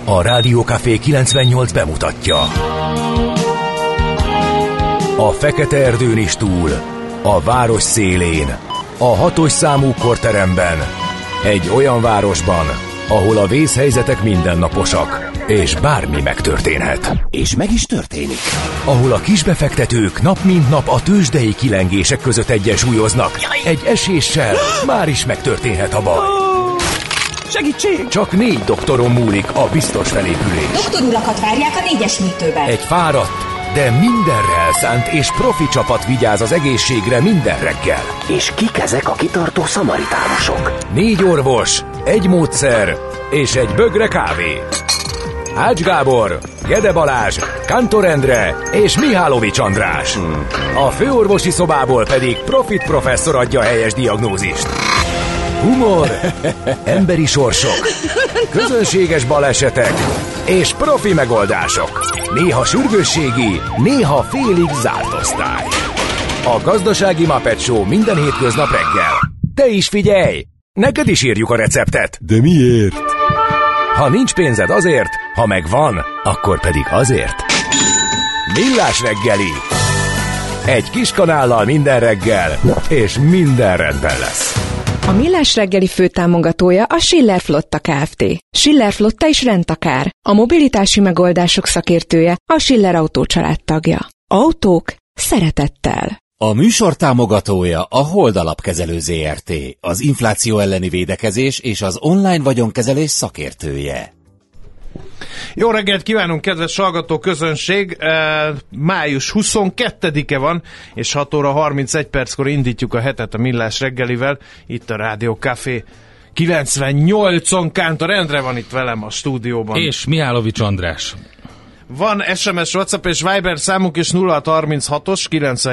A Rádió Café 98 bemutatja. A fekete erdőn is túl, a város szélén, a 6-os számú korteremben, egy olyan városban, ahol a vészhelyzetek mindennaposak, és bármi megtörténhet. És meg is történik. Ahol a kisbefektetők nap mint nap a tőzsdei kilengések között egyensúlyoznak. Egy eséssel már is megtörténhet a baj. Segítség! Csak 4 doktoron múlik a biztos felépülés. Doktorulakat várják a 4-es műtőben. Egy fáradt, de mindenre elszánt és profi csapat vigyáz az egészségre minden reggel. És kik ezek a kitartó szamaritánusok? 4 orvos, egy módszer és egy bögre kávé. Ács Gábor, Gede Balázs, Kántor Endre és Mihálovics András. A főorvosi szobából pedig Profit professzor adja a helyes diagnózist. Humor, emberi sorsok, közönséges balesetek és profi megoldások. Néha sürgősségi, néha félig zárt osztály. A Gazdasági Muppet Show minden hétköznap reggel. Te is figyelj! Neked is írjuk a receptet. De miért? Ha nincs pénzed azért, ha megvan, akkor pedig azért. Millás reggeli. Egy kis kanállal minden reggel, és minden rendben lesz. A Millás reggeli főtámogatója a Schiller Flotta Kft. Schiller Flotta is rendtakár. A mobilitási megoldások szakértője, a Schiller Autó család tagja. Autók szeretettel. A műsor támogatója a Hold Alapkezelő Zrt., az infláció elleni védekezés és az online vagyonkezelés szakértője. Jó reggelt kívánunk, kedves hallgató közönség! Május 22-e van, és 6 óra 31 perckor indítjuk a hetet a Millás reggelivel. Itt a Rádió Café 98-on Kántor Endre van itt velem a stúdióban. És Mihálovics András. Van SMS, WhatsApp és Viber számunk is 0636-os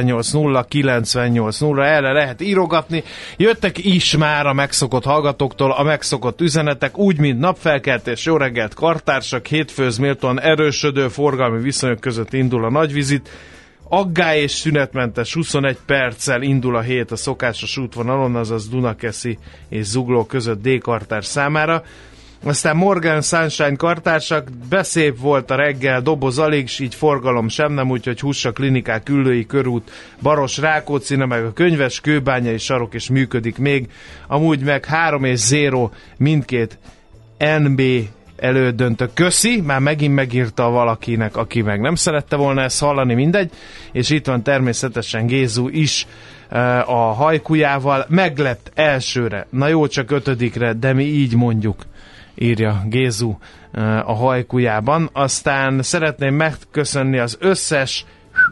980980, erre lehet írogatni. Jöttek is már a megszokott hallgatóktól a megszokott üzenetek, úgy, mint napfelkeltés, jó reggelt kartársak, hétfőz méltóan erősödő forgalmi viszonyok között indul a nagyvizit. Aggály és szünetmentes 21 perccel indul a hét a szokásos útvonalon, azaz Dunakeszi és Zugló között D-kartárs számára. Aztán Morgan Sunshine kartársak, beszép volt a reggel, doboz alig, s így forgalom sem nem, úgyhogy Hussa Klinikák, Üllői körút, Baros Rákóczina, meg a Könyves, Kőbányai sarok is működik még. Amúgy meg 3-0 mindkét NB elődöntő. Köszi, már megint megírta valakinek, aki meg nem szerette volna ezt hallani, mindegy. És itt van természetesen Gézu is a hajkujával, meglett elsőre, na jó, csak 5-re, de mi így mondjuk, írja Gézu a hajkujában. Aztán szeretném megköszönni az összes,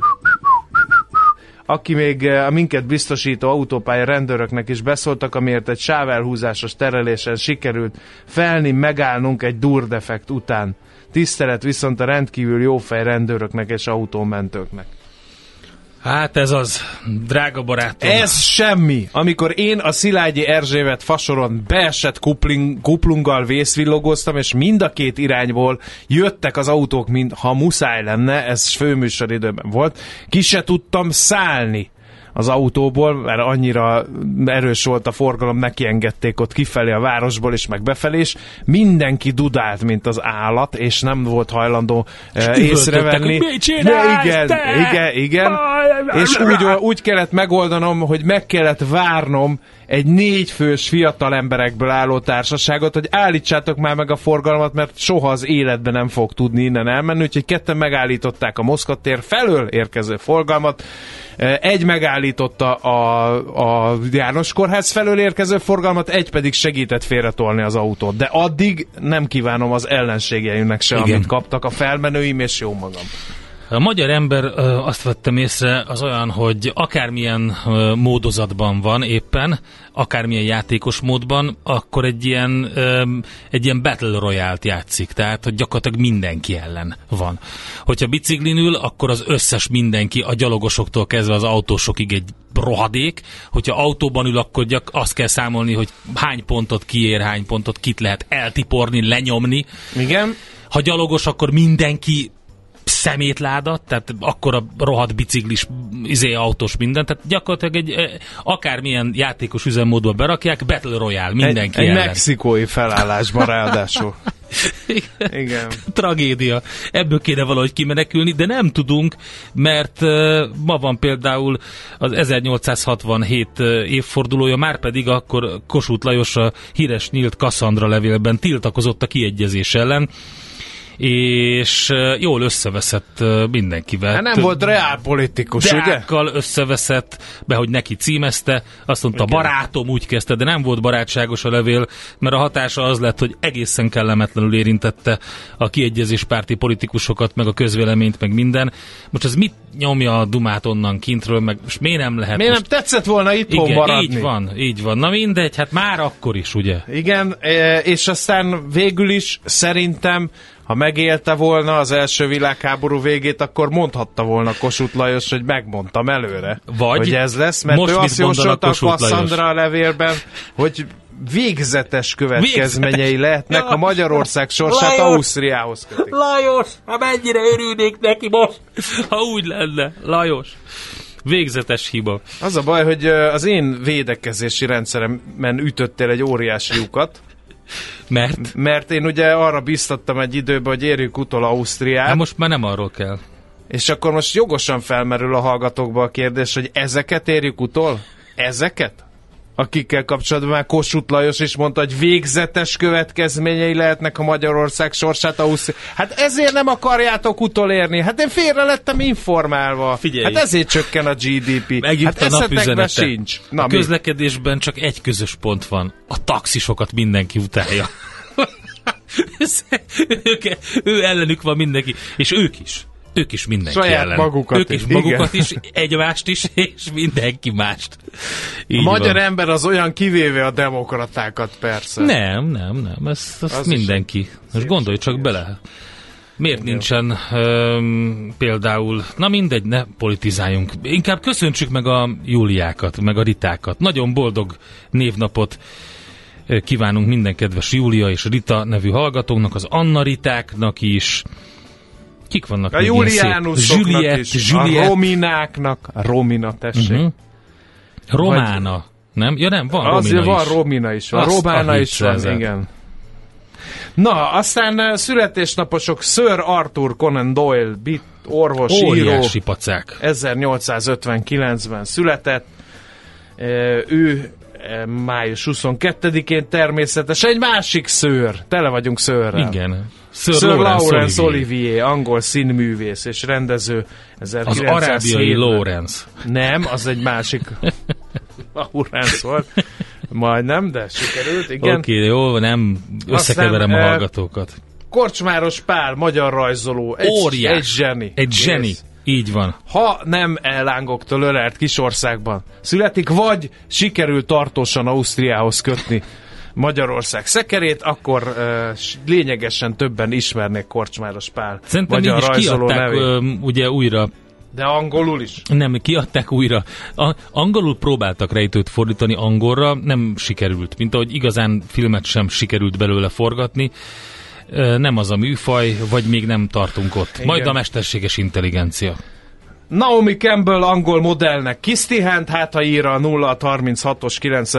aki még a minket biztosító autópálya rendőröknek is beszóltak, amiért egy sávelhúzásos terelésen sikerült felni, megállnunk egy durdefekt után. Tisztelet viszont a rendkívül jófej rendőröknek és autómentőknek. Hát ez az, drága barátom. Ez semmi. Amikor én a Szilágyi Erzsébet fasoron beesett kuplunggal vészvillogoztam, és mind a két irányból jöttek az autók, mintha muszáj lenne, ez főműsoridőben volt, ki se tudtam szállni az autóból, mert annyira erős volt a forgalom, nekiengedték ott kifelé a városból és meg befelé, és mindenki dudált, mint az állat, és nem volt hajlandó észrevenni. Igen. És úgy kellett megoldanom, hogy meg kellett várnom egy 4 fős fiatal emberekből álló társaságot, hogy állítsátok már meg a forgalmat, mert soha az életben nem fog tudni innen elmenni, úgyhogy ketten megállították a Moszkva tér felől érkező forgalmat, egy megállította a János Kórház felől érkező forgalmat, egy pedig segített félretolni az autót. De addig nem kívánom az ellenségeimnek se, amit kaptak a felmenőim és jó magam. A magyar ember, azt vettem észre, az olyan, hogy akármilyen módozatban van éppen, akármilyen játékos módban, akkor egy ilyen Battle Royale-t játszik, tehát hogy gyakorlatilag mindenki ellen van. Hogyha biciklin ül, akkor az összes mindenki, a gyalogosoktól kezdve az autósokig egy rohadék. Hogyha autóban ül, akkor azt kell számolni, hogy hány pontot kiér, hány pontot kit lehet eltiporni, lenyomni. Igen. Ha gyalogos, akkor mindenki szemétláda, tehát akkor a rohadt biciklis, autós minden, tehát gyakorlatilag akármilyen játékos üzemmódba berakják, Battle Royale, mindenki egy ellen. mexikói felállásban ráadásul. Igen. Tragédia. Ebből kéne valahogy kimenekülni, de nem tudunk, mert ma van például az 1867 évfordulója, márpedig akkor Kossuth Lajos a híres nyílt Kasszandra levélben tiltakozott a kiegyezés ellen, és jól összeveszett mindenkivel. Hát nem volt reálpolitikus, ugye? Deákkal összeveszett, hogy neki címezte, azt mondta, igen, barátom, úgy kezdte, de nem volt barátságos a levél, mert a hatása az lett, hogy egészen kellemetlenül érintette a kiegyezéspárti politikusokat, meg a közvéleményt, meg minden. Most ez mit nyomja a dumát onnan kintről, meg most miért nem lehet? Miért most... nem tetszett volna itthon maradni? Így van. Na mindegy, hát már akkor is, ugye? Igen, és aztán végül is szerintem, ha megélte volna az első világháború végét, akkor mondhatta volna Kossuth Lajos, hogy megmondtam előre, vagy hogy ez lesz, mert most ő azt jósolta a Kasszandra Kasszandra levélben, hogy végzetes következményei lehetnek, ha Magyarország sorsát Ausztriához kötik. Lajos, hát mennyire örülnék neki most, ha úgy lenne, Lajos. Végzetes hiba. Az a baj, hogy az én védekezési rendszeremben ütöttél egy óriási lyukat. Mert én ugye arra biztattam egy időben, hogy érjük utol Ausztriát. Hát most már nem arról kell. És akkor most jogosan felmerül a hallgatókba a kérdés, hogy ezeket érjük utol? Ezeket? Akikkel kapcsolatban már Kossuth Lajos is mondta, hogy végzetes következményei lehetnek a Magyarország sorsát Ausztriát. Hát ezért nem akarjátok utolérni. Hát én félre lettem informálva. Figyelj. Hát ezért csökken a GDP. Megjött hát a napüzenete. Sincs. Na, a közlekedésben csak egy közös pont van. A taxisokat mindenki utálja. Ő ellenük van mindenki. És ők is mindenki saját ellen. Magukat ők is magukat is, egymást is, és mindenki mást. Így a magyar van. ember az olyan, kivéve a demokratákat, persze. Nem. Ez mindenki. Most gondolj csak bele. Miért nincsen például, na mindegy, ne politizáljunk. Inkább köszöntsük meg a Júliákat, meg a Ritákat. Nagyon boldog névnapot kívánunk minden kedves Júlia és Rita nevű hallgatóknak, az Anna Ritáknak is. Kik vannak a még Juliánusoknak is, a Romináknak, a Romina, tessék. Romána, nem? Ja nem, van azért Romina van is. Romána is van, Romána is van, igen. Na, aztán születésnaposok, Sir Arthur Conan Doyle, brit orvos, óriási író, pacák. 1859-ben született. Ő május 22-én természetesen egy másik szőr. Tele vagyunk szőrrel. Igen. Sir Laurence Olivier, angol színművész és rendező. Az arábiai Lawrence. Nem, az egy másik Laurence volt. Majdnem, de sikerült, igen. Oké, jó, nem összekeverem a hallgatókat. Korcsmáros Pál, magyar rajzoló. Egy zseni. Egy zseni. Így van. Ha nem ellángoktól ölelt kisországban születik, vagy sikerül tartósan Ausztriához kötni Magyarország szekerét, akkor lényegesen többen ismernék Korcsmáros Pál szerintem magyar rajzoló nevét. Ugye újra. De angolul is? Nem, kiadták újra. Angolul próbáltak rejtőt fordítani angolra, nem sikerült. Mint ahogy igazán filmet sem sikerült belőle forgatni. Nem az a műfaj, vagy még nem tartunk ott. Igen. Majd a mesterséges intelligencia. Naomi Campbell angol modellnek kisztihent, hát ha ír a 036-os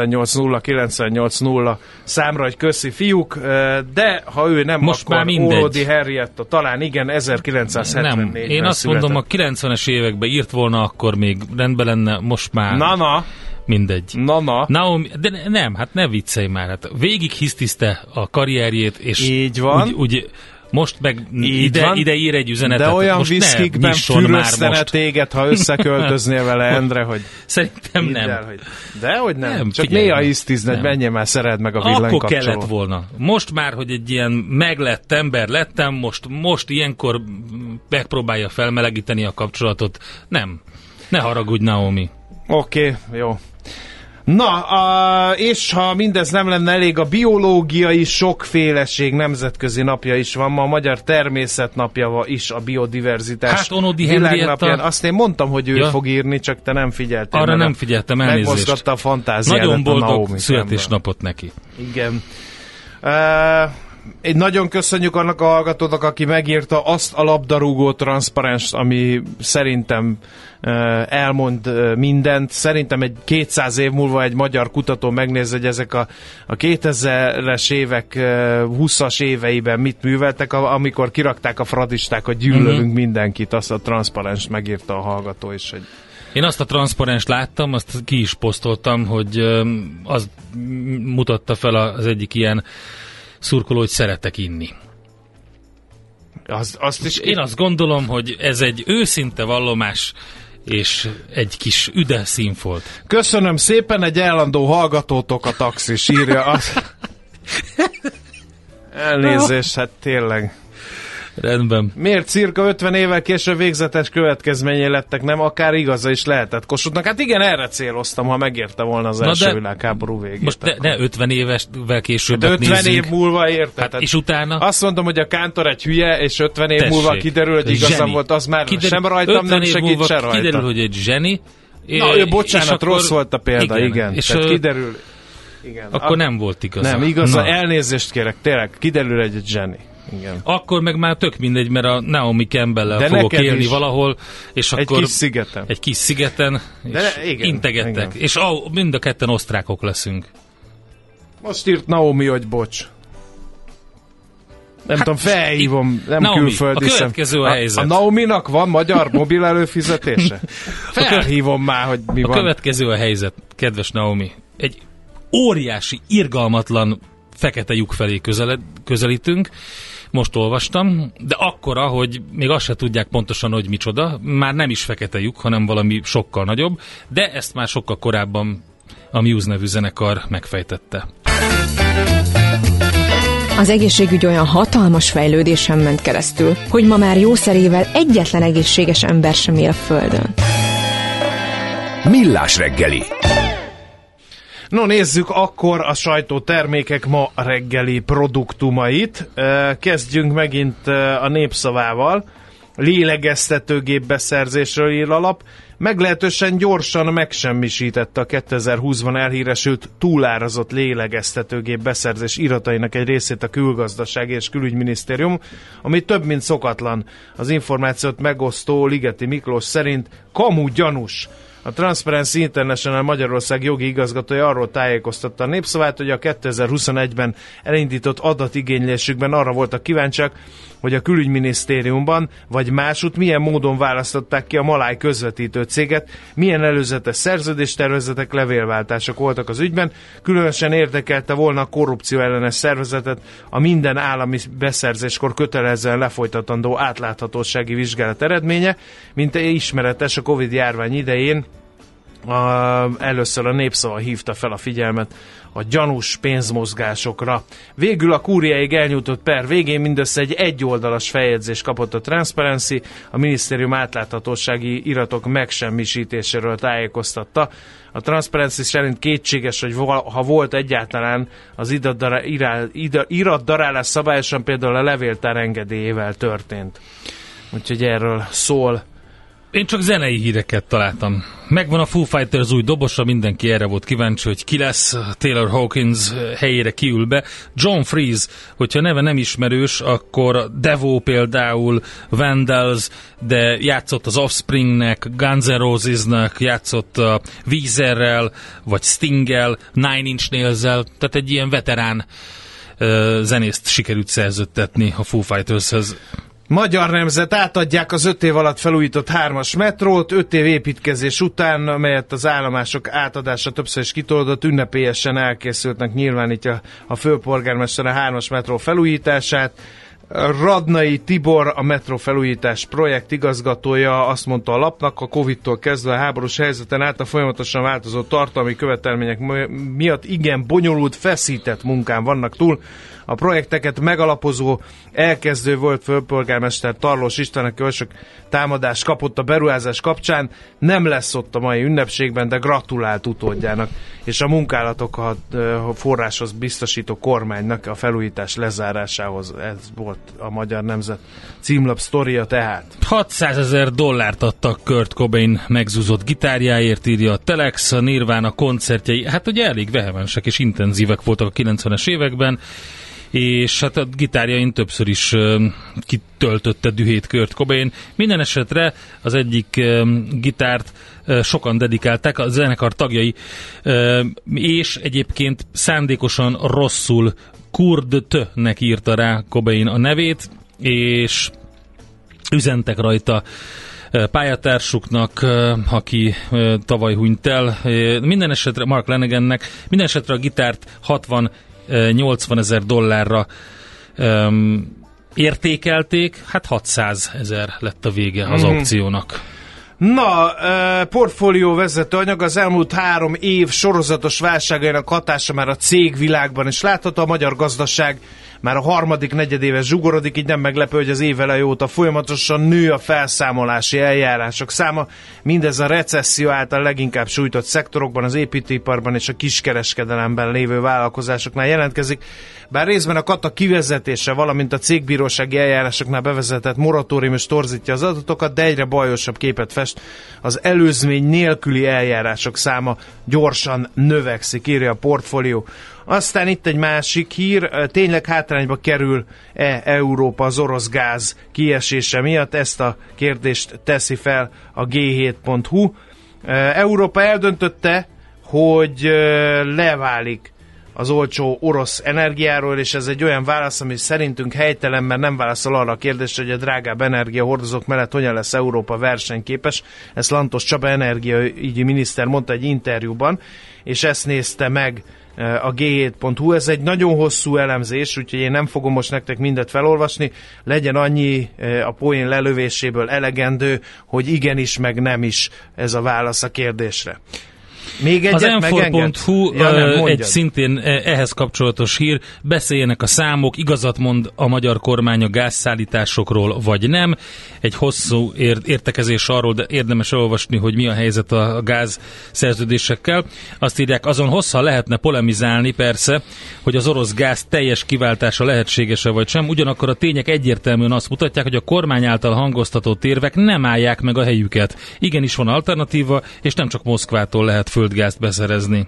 980 számra, hogy köszi fiúk, de ha ő nem, most akkor Órodi Henrietta, talán igen, 1974-ben nem, én azt született. mondom, a 90-es években írt volna, akkor még rendben lenne, most már... Na. Mindegy. Naomi, de nem, hát ne viccelj már. Hát végig hisztiszte a karrierjét, és így van. Úgy most meg ide ír egy üzenetet. De olyan viszkikben füröztene téged, ha összeköltöznél vele, Endre, hogy... Szerintem nem. El, hogy... Dehogy nem. Csak néha hisztizni, hogy menjél már, szered meg a villanykapcsolót. Akkor kellett volna. Most már, hogy egy ilyen meglett ember lettem, most ilyenkor megpróbálja felmelegíteni a kapcsolatot. Nem. Ne haragudj, Naomi. Oké, jó. Na, és ha mindez nem lenne elég, a biológiai sokféleség nemzetközi napja is van, ma a Magyar Természetnapja is, a biodiverzitás hát, Onodi világnapján. Azt én mondtam, hogy ő fog írni, csak te nem figyeltél. Arra nem figyeltem, elnézést. Megmozgatta a fantáziádat. Nagyon boldog Naomi születésnapot neki. Igen. nagyon köszönjük annak a hallgatónak, aki megírta azt a labdarúgó transzparenst, ami szerintem elmond mindent. Szerintem egy 200 év múlva egy magyar kutató megnéz, hogy ezek a 2000-es évek 20-as éveiben mit műveltek, amikor kirakták a fradistákat, gyűlölünk mindenkit, azt a transzparenst megírta a hallgató is, hogy én azt a transzparenst láttam, azt ki is posztoltam, hogy az mutatta fel az egyik ilyen szurkoló, hogy szeretek inni. Azt is én azt gondolom, hogy ez egy őszinte vallomás, és egy kis üde színfolt. Köszönöm szépen, egy állandó hallgatótok a taxis, írja azt. Elnézést, hát tényleg. Rendben. Miért cirka 50 évvel később végzetes következményei lettek, nem? Akár igaza is lehetett Kossuthnak. Hát igen, erre céloztam, ha megérte volna az első világháború végét. Most ne 50 évvel később hát 50 év múlva érted. Hát és utána? Azt mondom, hogy a Kántor egy hülye, és 50 év múlva kiderül, hogy igazam volt, az már sem rajtam nem segít, se rajta. Kiderül, hogy egy zseni. Na, bocsánat, rossz volt a példa, igen. És tehát kiderül. Igen. Akkor nem volt igaza. Nem, igaza, elnézést kérek, tényleg, kiderül egy zseni. Igen. Akkor meg már tök mindegy, mert a Naomi Campbell-lel fogok élni valahol, és egy akkor kis szigeten és integettek. Igen. És mind a ketten osztrákok leszünk. Most írt Naomi, hogy bocs. Nem tudom, felhívom, nem Naomi, külföldi a következő a helyzet. A Naominak van magyar mobil előfizetése? Felhívom már, hogy mi van. A következő a helyzet, kedves Naomi. Egy óriási, irgalmatlan fekete lyuk felé közelítünk. Most olvastam, de akkora, hogy még azt se tudják pontosan, hogy micsoda. Már nem is fekete lyuk, hanem valami sokkal nagyobb, de ezt már sokkal korábban a Muse nevű zenekar megfejtette. Az egészségügy olyan hatalmas fejlődésen ment keresztül, hogy ma már jószerével egyetlen egészséges ember sem él a Földön. Millás reggeli. No, nézzük akkor a sajtótermékek ma reggeli produktumait. Kezdjünk megint a Népszavával. Lélegeztetőgép beszerzésről ír a lap. Meglehetősen gyorsan megsemmisítette a 2020-ban elhíresült túlárazott lélegeztetőgép beszerzés iratainak egy részét a Külgazdasági és Külügyminisztérium, ami több mint szokatlan. Az információt megosztó Ligeti Miklós szerint kamu gyanús. A Transparency International Magyarország jogi igazgatója arról tájékoztatta a Népszavát, hogy a 2021-ben elindított adatigénylésükben arra voltak kíváncsiak, hogy a Külügyminisztériumban vagy másút milyen módon választották ki a maláj közvetítő céget, milyen előzetes szerződéstervezetek, levélváltások voltak az ügyben. Különösen érdekelte volna a korrupció ellenes szervezetet a minden állami beszerzéskor kötelezően lefolytatandó átláthatósági vizsgálat eredménye, mint ismeretes a Covid-járvány idején. Először a Népszava hívta fel a figyelmet a gyanús pénzmozgásokra. Végül a kúriáig elnyújtott per végén mindössze egy egyoldalas feljegyzést kapott a Transparency, a minisztérium átláthatósági iratok megsemmisítéséről tájékoztatta. A Transparency szerint kétséges, hogy ha volt egyáltalán az iratdarálás szabályosan, például a levéltár engedélyével történt. Úgyhogy erről szól. Én csak zenei híreket találtam. Megvan a Foo Fighters új dobosa, mindenki erre volt kíváncsi, hogy ki lesz. Taylor Hawkins helyére kiül be. John Freeze, hogyha neve nem ismerős, akkor Devo például, Vandals, de játszott az Offspringnek, Guns N' Rosesnek, játszott a Weezerrel, vagy Stinggel, Nine Inch Nails-zel, tehát egy ilyen veterán zenészt sikerült szerződtetni a Foo Fightershez. Magyar Nemzet: átadják az 5 év alatt felújított 3-as metrót. 5 év építkezés után, amelyet az állomások átadása többször is kitolódott, ünnepélyesen elkészültnek nyilvánítja a főpolgármester a 3-as metró felújítását. Radnai Tibor, a metró felújítás projekt igazgatója azt mondta a lapnak, a Covid-tól kezdve a háborús helyzeten át a folyamatosan változó tartalmi követelmények miatt igen bonyolult, feszített munkán vannak túl. A projekteket megalapozó, elkezdő volt főpolgármester Tarlós István, aki sok támadást kapott a beruházás kapcsán, nem lesz ott a mai ünnepségben, de gratulált utódjának, és a munkálatok a forráshoz biztosító kormánynak a felújítás lezárásához. Ez volt a Magyar Nemzet címlap sztoria tehát. $600,000 adtak Kurt Cobain megzúzott gitárjáért, írja a Telex. A Nirvana koncertjei, hát ugye elég vehemensek és intenzívek voltak a 90-es években, és hát a gitárjain többször is kitöltötte dühét Kurt Cobain. Minden esetre az egyik gitárt sokan dedikálták, a zenekar tagjai, és egyébként szándékosan rosszul Kurt-nek írta rá Cobain a nevét, és üzentek rajta pályatársuknak, aki tavaly hunyt el. Minden esetre Mark Lanegannek, minden esetre a gitárt 60-80 ezer dollárra értékelték, hát 600 ezer lett a vége az aukciónak. Na, portfólió vezetőanyag, az elmúlt 3 év sorozatos válságainak hatása már a cégvilágban is látható, a magyar gazdaság már a harmadik negyedéve zsugorodik, így nem meglepő, hogy az év eleje óta folyamatosan nő a felszámolási eljárások száma. Mindez a recesszió által leginkább sújtott szektorokban, az építőiparban és a kiskereskedelemben lévő vállalkozásoknál jelentkezik. Bár részben a kata kivezetése, valamint a cégbírósági eljárásoknál bevezetett moratórium is torzítja az adatokat, de egyre bajosabb képet fest. Az előzmény nélküli eljárások száma gyorsan növekszik, írja a portfólió. Aztán itt egy másik hír, tényleg hátrányba kerül-e Európa az orosz gáz kiesése miatt? Ezt a kérdést teszi fel a G7.hu. Európa eldöntötte, hogy leválik az olcsó orosz energiáról, és ez egy olyan válasz, ami szerintünk helytelen, mert nem válaszol arra a kérdésre, hogy a drágább energiahordozók mellett hogyan lesz Európa versenyképes. Ezt Lantos Csaba energiaügyi miniszter mondta egy interjúban, és ezt nézte meg a G7.hu. Ez egy nagyon hosszú elemzés, úgyhogy én nem fogom most nektek mindet felolvasni. Legyen annyi a poén lelövéséből elegendő, hogy igenis, meg nem is ez a válasz a kérdésre. Még egyet az Enfor.hu egy szintén ehhez kapcsolatos hír, beszéljenek a számok, igazat mond a magyar kormány a gázszállításokról, vagy nem. Egy hosszú értekezés arról, de érdemes elolvasni, hogy mi a helyzet a gázszerződésekkel. Azt írják, azon hosszan lehetne polemizálni persze, hogy az orosz gáz teljes kiváltása lehetséges-e vagy sem, ugyanakkor a tények egyértelműen azt mutatják, hogy a kormány által hangoztatott érvek nem állják meg a helyüket. Igenis van alternatíva, és nem csak Moszkvától lehet földgázt beszerezni.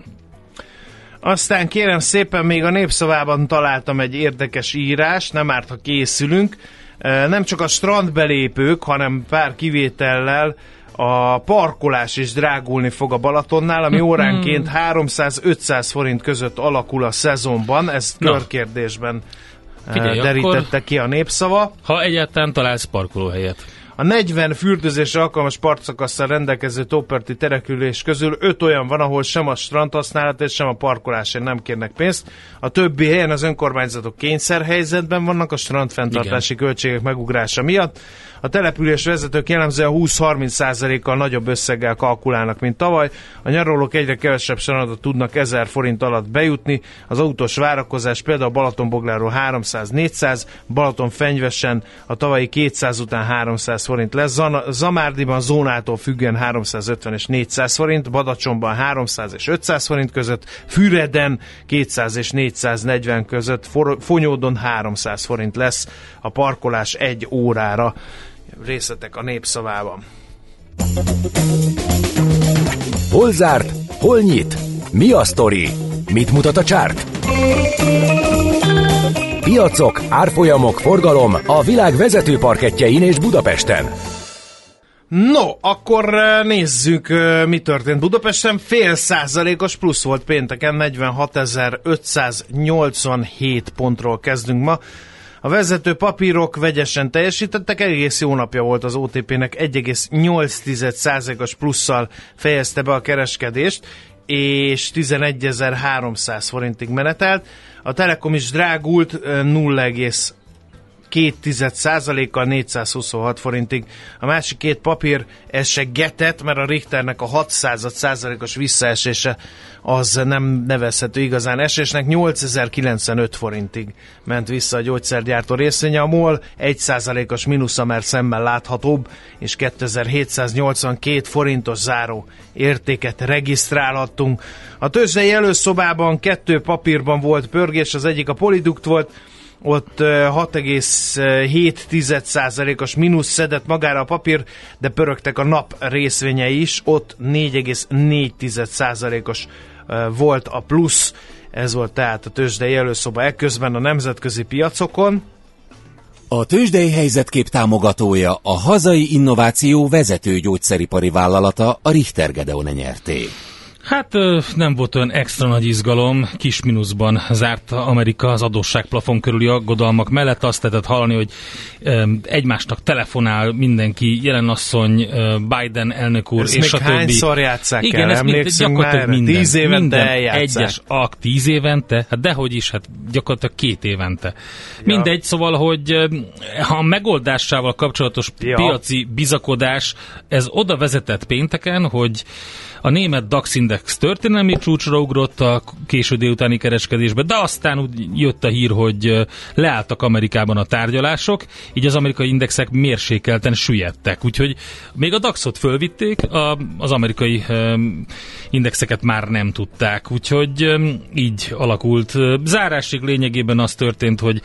Aztán kérem szépen, még a Népszavában találtam egy érdekes írást, nem árt, ha készülünk. Nem csak a strandbelépők, hanem pár kivétellel a parkolás is drágulni fog a Balatonnál, ami óránként 300-500 forint között alakul a szezonban. Ezt körkérdésben derítette ki a Népszava. Ha egyáltalán találsz parkolóhelyet. A 40 fürdőzésre alkalmas partszakasszal rendelkező tóparti terekülés közül 5 olyan van, ahol sem a strandhasználat és sem a parkolásért nem kérnek pénzt. A többi helyen az önkormányzatok kényszerhelyzetben vannak a strandfenntartási költségek megugrása miatt. A település vezetők jellemzően 20-30%-kal nagyobb összeggel kalkulálnak, mint tavaly. A nyaralók egyre kevesebb strandot tudnak 1000 forint alatt bejutni. Az autós várakozás például a Balatonbogláról 300-400, Balatonfenyvesen a tavalyi 200 után 300 forint lesz. Zamárdiban zónától függően 350 és 400 forint, Badacsonyban 300 és 500 forint között, Füreden 200 és 440 között, Fonyódon 300 forint lesz a parkolás 1 órára. Részletek a Népszavában. Hol zárt? Hol nyit? Mi a sztori? Mit mutat a csárt? Piacok, árfolyamok, forgalom a világ vezető parkettjein és Budapesten. No, akkor nézzük, mi történt Budapesten. 0,5%-os plusz volt pénteken, 46.587 pontról kezdünk ma. A vezető papírok vegyesen teljesítettek, egész jó napja volt az OTP-nek, 1,8%-os plusszal fejezte be a kereskedést, és 11.300 forintig menetelt. A Telekom is drágult 0,2%-kal 426 forintig. A másik két papír ez se getett, mert a Richternek a 6%-os visszaesése az nem nevezhető igazán esésnek. 8095 forintig ment vissza a gyógyszergyártó részvénye. A MOL 1%-os mínusza már szemmel láthatóbb, és 2782 forintos záró értéket regisztrálhattunk. A tőzsdei előszobában 2 papírban volt pörgés, az egyik a Poliduct volt, ott 6,7%-os mínusz szedett magára a papír, de pörögtek a nap részvényei is, ott 4,4%-os volt a plusz. Ez volt tehát a tőzsdei előszoba. Ekközben a nemzetközi piacokon. A tőzsdei helyzetkép támogatója a hazai innováció vezető gyógyszeripari vállalata, a Richter Gedeon nyerté. Hát nem volt olyan extra nagy izgalom, kis mínuszban zárt Amerika az adósságplafon körüli aggodalmak mellett. Azt lehetett hallani, hogy egymásnak telefonál mindenki, jelenasszony, Biden elnök úr, ezt és a többi. Hányszor játsszák igen, el? Emlékszünk már? 10 évente eljátszák. Egyes 10 évente, hát dehogy is, hát gyakorlatilag 2 évente. Ja. Mindegy, szóval, hogy ha a megoldásával kapcsolatos piaci bizakodás, ez oda vezetett pénteken, hogy a német DAX Index történelmi csúcsra ugrott a késő délutáni kereskedésbe, de aztán úgy jött a hír, hogy leálltak Amerikában a tárgyalások, így az amerikai indexek mérsékelten süllyedtek. Úgyhogy még a DAX-ot fölvitték, az amerikai indexeket már nem tudták. Úgyhogy így alakult. Zárásig lényegében az történt, hogy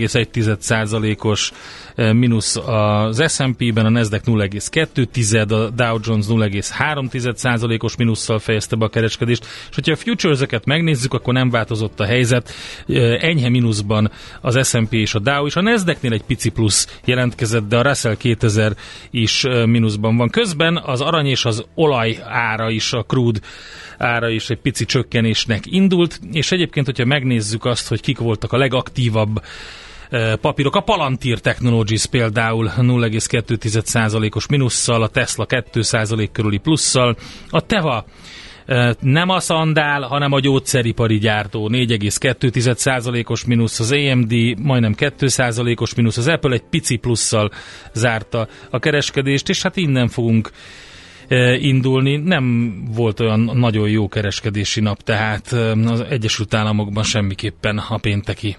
0,1%-os mínusz az S&P-ben, a Nasdaq 0,2, a Dow Jones 0,3%-os mínusszal fejezte be a kereskedést, és hogyha a futures-eket megnézzük, akkor nem változott a helyzet. Enyhe mínuszban az S&P és a Dow is. A Nasdaqnél egy pici plusz jelentkezett, de a Russell 2000 is mínuszban van. Közben az arany és az olaj ára is, a crude ára is egy pici csökkenésnek indult, és egyébként, hogyha megnézzük azt, hogy kik voltak a legaktívabb papírok, a Palantir Technologies például 0,2%-os mínusszal, a Tesla 2% körüli plusszal, a Teva nem a szandál, hanem a gyógyszeripari gyártó 4,2%-os mínusz, az AMD majdnem 2%-os mínusz, az Apple egy pici plusszal zárta a kereskedést, és hát innen fogunk indulni. Nem volt olyan nagyon jó kereskedési nap, tehát az Egyesült Államokban semmiképpen a pénteki.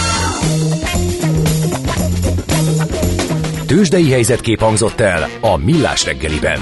Tőzsdei helyzetkép hangzott el a Millás reggeliben.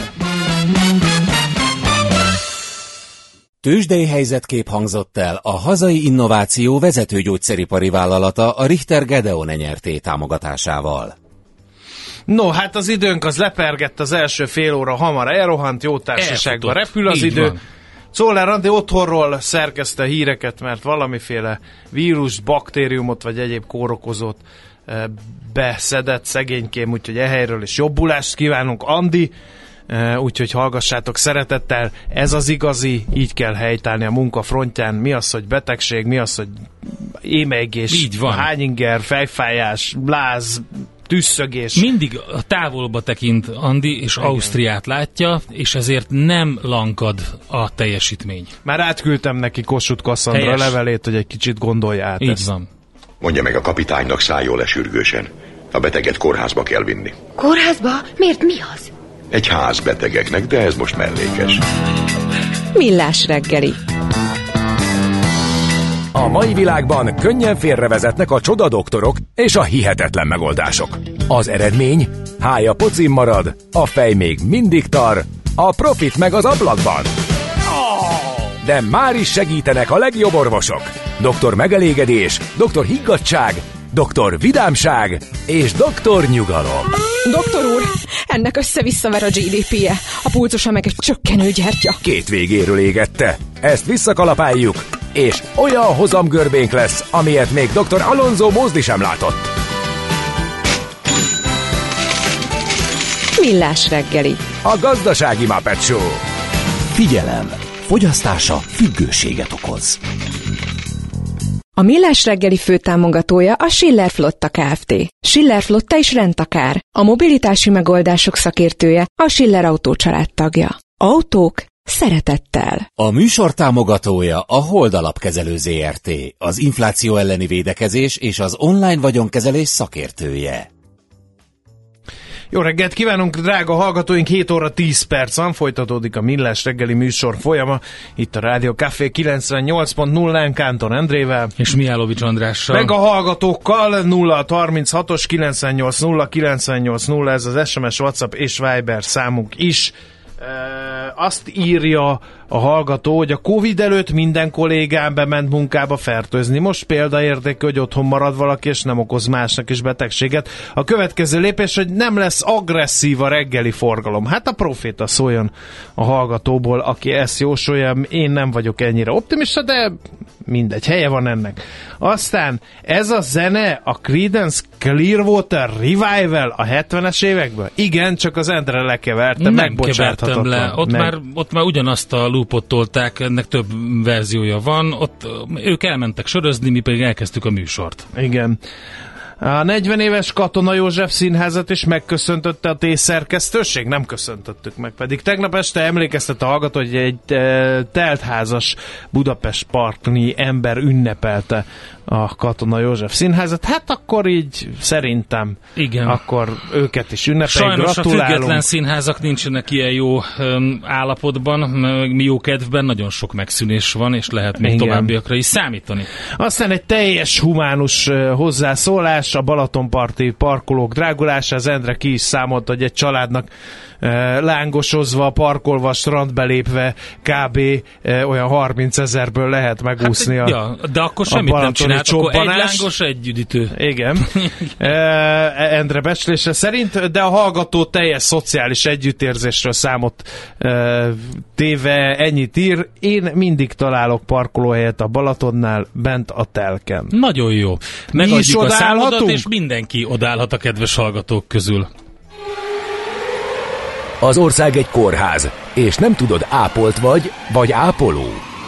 Tőzsdei helyzetkép hangzott el a hazai innováció vezető gyógyszeripari vállalata, a Richter Gedeon nyerté támogatásával. No, hát az időnk az lepergett, az első fél óra hamar elrohant, jó társaságban repül az idő. Van. Czoller Andi otthonról szerkeszte híreket, mert valamiféle vírust, baktériumot vagy egyéb kórokozót beszedett szegénykém, úgyhogy ehelyről is jobbulást kívánunk, Andi, úgyhogy hallgassátok szeretettel, ez az igazi, így kell helytállni a munka frontján, mi az, hogy betegség, mi az, hogy émeigés, hányinger, fejfájás, láz, tüsszögés. Mindig a távolba tekint Andi, és igen, Ausztriát látja, és ezért nem lankad a teljesítmény. Már átküldtem neki Kossuth Kasszandra levelét, hogy egy kicsit gondolja át így ezt. Van. Mondja meg a kapitánynak, szálljon le sürgősen. A beteget kórházba kell vinni. Kórházba? Miért, mi az? Egy ház betegeknek, de ez most mellékes. Millás reggeli. A mai világban könnyen félrevezetnek a csodadoktorok és a hihetetlen megoldások. Az eredmény? Hája pocim marad, a fej még mindig tar, a profit meg az ablakban. De már is segítenek a legjobb orvosok. Doktor megelégedés, doktor higgadtság, doktor vidámság és doktor nyugalom. Doktor úr, ennek össze-visszaver a GDP-je, a pulcosa meg egy csökkenő gyertya. Két végéről égette. Ezt visszakalapáljuk, és olyan hozamgörbénk lesz, amilyet még dr. Alonso Mózdi sem látott. Millás reggeli. A gazdasági Muppet Show. Figyelem! Fogyasztása függőséget okoz. A Millás reggeli főtámogatója a Schiller Flotta Kft. Schiller Flotta és Rendtakár. A mobilitási megoldások szakértője, a Schiller Autó családtagja. Autók szeretettel. A műsor támogatója a Hold Alapkezelő Zrt., az infláció elleni védekezés és az online vagyonkezelés szakértője. Jó reggelt kívánunk, drága hallgatóink, 7 óra 10 perc van, folytatódik a Millás reggeli műsor folyama, itt a Rádió Café 98.0-án Kántor Endrével. És Mihálovics Andrással. Meg a hallgatókkal 0-36-os 98-0-98-0, ez az SMS, WhatsApp és Viber számunk is. Azt írja a hallgató, hogy a Covid előtt minden kollégám bement munkába fertőzni. Most példaértékű, hogy otthon marad valaki, és nem okoz másnak is betegséget. A következő lépés, hogy nem lesz agresszív a reggeli forgalom. Hát a proféta szóljon a hallgatóból, aki ezt jósolja. Én nem vagyok ennyire optimista, de mindegy, helye van ennek. Aztán ez a zene, a Creedence Clearwater Revival a 70-es évekből? Igen, csak az Endre lekeverte, megbocsáthatatlan. Le. Ott már ugyanazt a loopot tolták, ennek több verziója van, ott ők elmentek sörözni, mi pedig elkezdtük a műsort. Igen. A 40 éves Katona József Színházat is megköszöntötte a T-szerkesztőség? Nem köszöntöttük meg, pedig tegnap este emlékeztet a hallgató, hogy egy teltházas Budapest partni ember ünnepelte a Katona József Színházat. Hát akkor így szerintem igen. Akkor őket is ünnepeljük. Sajnos gratulálunk. A független színházak nincsenek ilyen jó állapotban, mi jó kedvben, nagyon sok megszűnés van, és lehet még továbbiakra is számítani. Aztán egy teljes humánus hozzászólás, a Balatonparti parkolók drágulása. Az Endre ki is számolt, hogy egy családnak lángosozva, parkolva, strandbe lépve kb. Olyan 30 000-ből lehet megúszni de akkor semmit nem csinált, akkor egy lángos, egy üdítő. Igen. Endre becslése szerint, de a hallgató teljes szociális együttérzésről számot téve ennyit ír. Én mindig találok parkolóhelyet a Balatonnál, bent a telken. Nagyon jó. Megadjuk a számodat, és mindenki odállhat a kedves hallgatók közül. Az ország egy kórház, és nem tudod, ápolt vagy ápoló.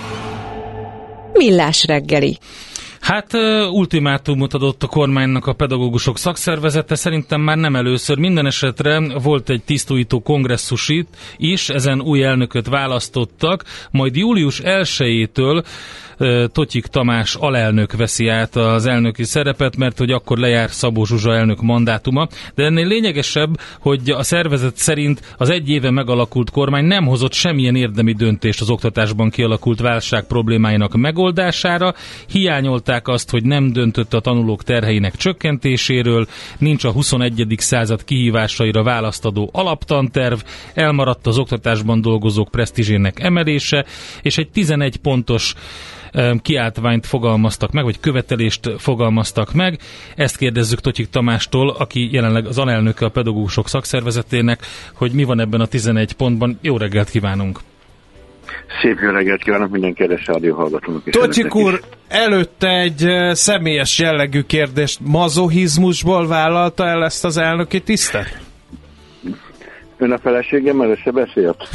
Millás reggeli. Hát ultimátumot adott a kormánynak a pedagógusok szakszervezete, szerintem már nem először. Minden esetre volt egy tisztújító kongresszus is, ezen új elnököt választottak, majd július 1-től Totyik Tamás alelnök veszi át az elnöki szerepet, mert hogy akkor lejár Szabó Zsuzsa elnök mandátuma. De ennél lényegesebb, hogy a szervezet szerint az egy éve megalakult kormány nem hozott semmilyen érdemi döntést az oktatásban kialakult válság problémáinak megoldására. Hiányolták azt, hogy nem döntött a tanulók terheinek csökkentéséről, nincs a 21. század kihívásaira választadó alaptanterv, elmaradt az oktatásban dolgozók presztízsének emelése, és egy 11 pontos kiáltványt fogalmaztak meg, vagy követelést fogalmaztak meg. Ezt kérdezzük Totyik Tamástól, aki jelenleg az alelnöke a pedagógusok szakszervezetének, hogy mi van ebben a 11 pontban. Jó reggelt kívánunk! Szép jó reggelt kívánok minden kedves rádióhallgatónak is. Totyik úr, előtte egy személyes jellegű kérdést. Mazochizmusból vállalta el ezt az elnöki tisztet? Ön a feleségemmel összebeszélt?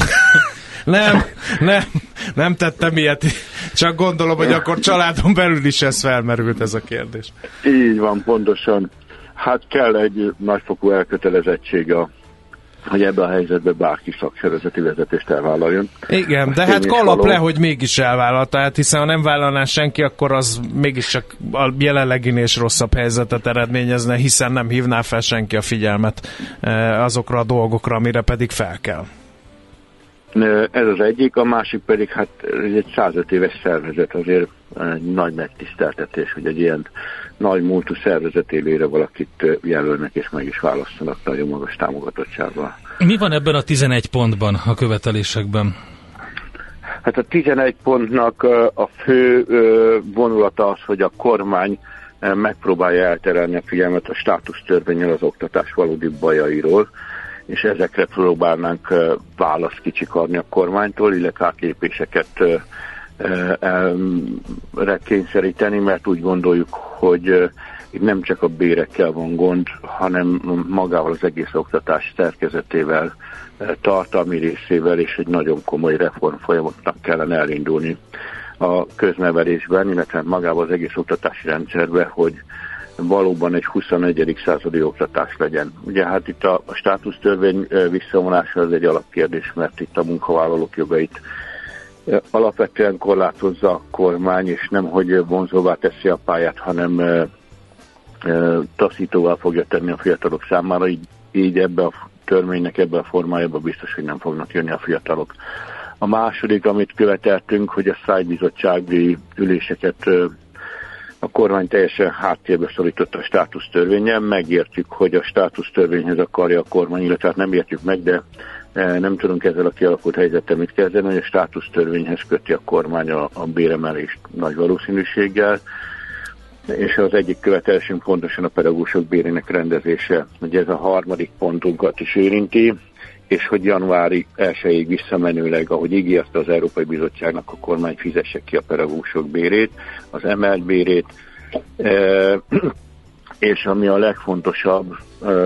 Nem tettem ilyet. Csak gondolom, hogy akkor családon belül is ez felmerült ez a kérdés. Így van, pontosan. Hát kell egy nagyfokú elkötelezettség, hogy ebben a helyzetben bárki szakszervezeti vezetést elvállaljon. Igen, de hát kalap le, hogy mégis elvállalta, hát hiszen ha nem vállalná senki, akkor az mégiscsak a jelenleginél is rosszabb helyzetet eredményezne, hiszen nem hívná fel senki a figyelmet azokra a dolgokra, amire pedig fel kell. Ez az egyik, a másik pedig hát egy 105 éves szervezet, azért egy nagy megtiszteltetés, hogy egy ilyen nagy múltú szervezet élére valakit jelölnek és meg is választanak nagyon magas támogatottsággal. Mi van ebben a 11 pontban, a követelésekben? Hát a 11 pontnak a fő vonulata az, hogy a kormány megpróbálja elterelni a figyelmet a státusztörvénnyel az oktatás valódi bajairól, és ezekre próbálnánk választ kicsikarni a kormánytól, illetve átlépéseket kényszeríteni, mert úgy gondoljuk, hogy itt nem csak a bérekkel van gond, hanem magával az egész oktatás szerkezetével, tartalmi részével, és egy nagyon komoly reform folyamatnak kellene elindulni a köznevelésben, illetve magával az egész oktatási rendszerben, hogy valóban egy 21. századi oktatás legyen. Ugye hát itt a státusztörvény visszavonása az egy alapkérdés, mert itt a munkavállalók jogait alapvetően korlátozza a kormány, és nem hogy vonzóvá teszi a pályát, hanem taszítóvá fogja tenni a fiatalok számára, így ebbe a törvénynek ebbe a formájában biztos, hogy nem fognak jönni a fiatalok. A második, amit követeltünk, hogy a szájbizottsági üléseket a kormány teljesen háttérbe szorította a státusztörvénnyel. Megértjük, hogy a státusztörvényhez akarja a kormány, illetve hát nem értjük meg, de Nem tudunk ezzel a kialakult helyzettel mit kezdeni, hogy a státusztörvényhez köti a kormány a béremelést nagy valószínűséggel, és az egyik követelésünk pontosan a pedagógusok bérének rendezése, hogy ez a harmadik pontunkat is érinti, és hogy januári 1-ig visszamenőleg, ahogy ígérte az Európai Bizottságnak, a kormány fizesse ki a pedagógusok bérét, az emelt bérét, és ami a legfontosabb,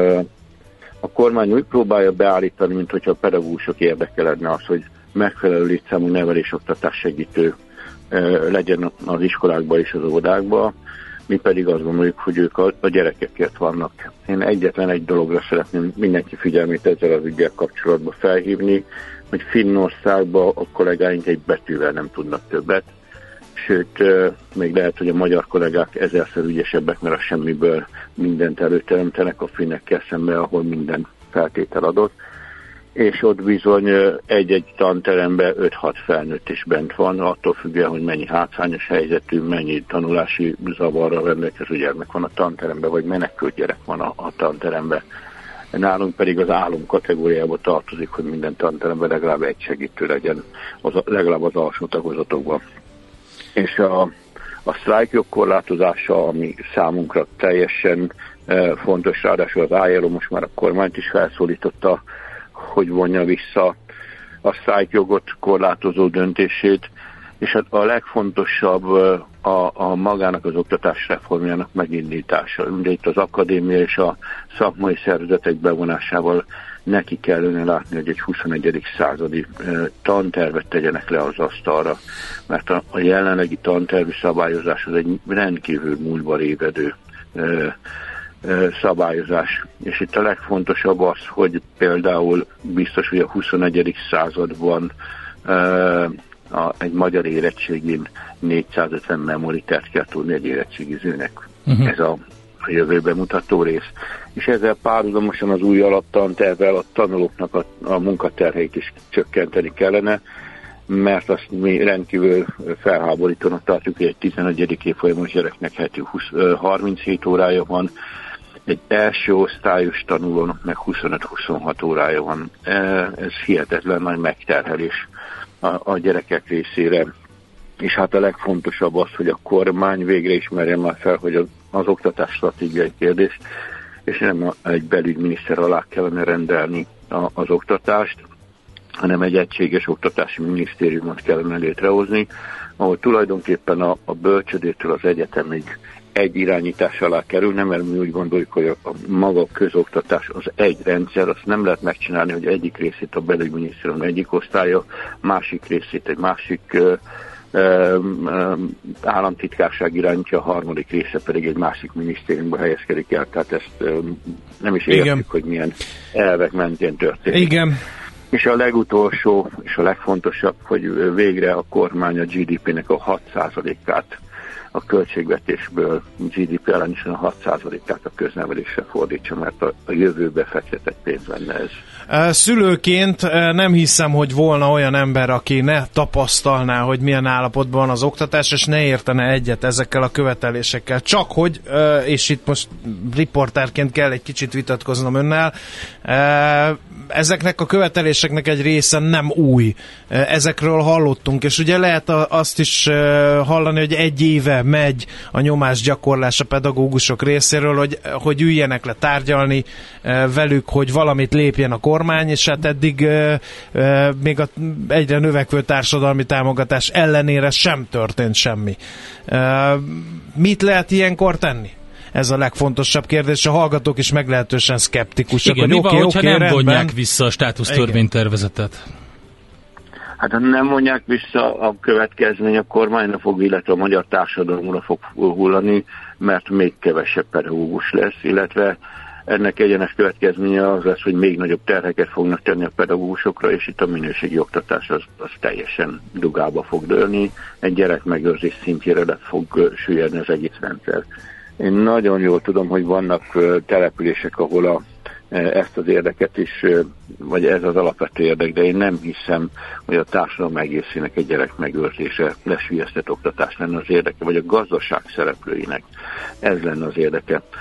a kormány úgy próbálja beállítani, mint hogyha a pedagógusok érdekelődne az, hogy megfelelő létszámú nevelésoktatás segítő legyen az iskolákban és az óvodákban, mi pedig azt gondoljuk, hogy ők a gyerekekért vannak. Én egyetlen egy dologra szeretném mindenki figyelmét ezzel az ügyel kapcsolatban felhívni, hogy Finnországban a kollégáink egy betűvel nem tudnak többet, sőt, még lehet, hogy a magyar kollégák ezerszer ügyesebbek, mert a semmiből mindent előteremtenek a finnekkel szemben, ahol minden feltétel adott, és ott bizony egy-egy tanteremben 5-6 felnőtt is bent van, attól függően, hogy mennyi hátrányos helyzetű, mennyi tanulási zavarral rendelkező gyermek van a tanteremben, vagy menekült gyerek van a tanteremben. Nálunk pedig az álom kategóriába tartozik, hogy minden tanteremben legalább egy segítő legyen, legalább az alsó tagozatokban. És a sztrájkjog korlátozása, ami számunkra teljesen fontos, ráadásul az ILO most már a kormányt is felszólította, hogy vonja vissza a sztrájkjogot korlátozó döntését, és a legfontosabb a magának az oktatás reformjának megindítása. Ugye itt az akadémia és a szakmai szervezetek bevonásával neki kellene látni, hogy egy 21. századi tantervet tegyenek le az asztalra, mert a jelenlegi tantervi szabályozás az egy rendkívül múltba révedő szabályozás. És itt a legfontosabb az, hogy például biztos, hogy a 21. században egy magyar érettségén 450 memoritert kell tudni egy érettségizőnek. Ez a jövőbe mutató rész. És ezzel párhuzamosan az új alaptantervvel a tanulóknak a munkaterheit is csökkenteni kellene, mert azt mi rendkívül felháborítónak tartjuk, hogy egy 11. évfolyamos gyereknek heti 37 órája van, egy első osztályos tanulónak meg 25-26 órája van. Ez hihetetlen nagy megterhelés a gyerekek részére. És hát a legfontosabb az, hogy a kormány végre ismerje már fel, hogy az oktatás stratégiai kérdés, és nem egy belügyminiszter alá kellene rendelni az oktatást, hanem egy egységes oktatási minisztériumot kellene létrehozni, ahol tulajdonképpen a bölcsödétől az egyetemig egy irányítás alá kerülne, mert mi úgy gondoljuk, hogy a maga közoktatás az egy rendszer, azt nem lehet megcsinálni, hogy egyik részét a belügyminisztérium egyik osztálya, másik részét egy másik államtitkárság irányítja, a harmadik része pedig egy másik minisztériumba helyezkedik el, tehát ezt nem is értjük, hogy milyen elvek mentén történik. Igen. És a legutolsó, és a legfontosabb, hogy végre a kormány a GDP-nek a 6%-át a költségvetésből GDP arányosan a 6%-át a köznevelésre fordítsa, mert a jövőbe fektetett pénz lenne ez. Szülőként nem hiszem, hogy volna olyan ember, aki ne tapasztalná, hogy milyen állapotban van az oktatás, és ne értene egyet ezekkel a követelésekkel. Csak hogy, és itt most riportárként kell egy kicsit vitatkoznom önnel, ezeknek a követeléseknek egy része nem új. Ezekről hallottunk, és ugye lehet azt is hallani, hogy egy éve megy a nyomásgyakorlás a pedagógusok részéről, hogy üljenek le tárgyalni velük, hogy valamit lépjen a kormány, és hát eddig még a egyre növekvő társadalmi támogatás ellenére sem történt semmi. Mit lehet ilyenkor tenni? Ez a legfontosabb kérdés, a hallgatók is meglehetősen szkeptikusak. Igen, mi van, hogyha nem vonják vissza a státusztörvénytervezetet? Hát ha nem vonják vissza, a következmény a kormányra fog, illetve a magyar társadalomra fog hullani, mert még kevesebb pedagógus lesz, illetve ennek egyenes következménye az lesz, hogy még nagyobb terheket fognak tenni a pedagógusokra, és itt a minőségi oktatás az teljesen dugába fog dőlni, egy gyerekmegőrzés szintjére le fog süllyedni az egész rendszer. Én nagyon jól tudom, hogy vannak települések, ahol ezt az érdeket is, vagy ez az alapvető érdek, de én nem hiszem, hogy a társadalom egészének egy gyerek megőrzése lesüllyesztett oktatás lenne az érdeke, vagy a gazdaság szereplőinek ez lenne az érdeke.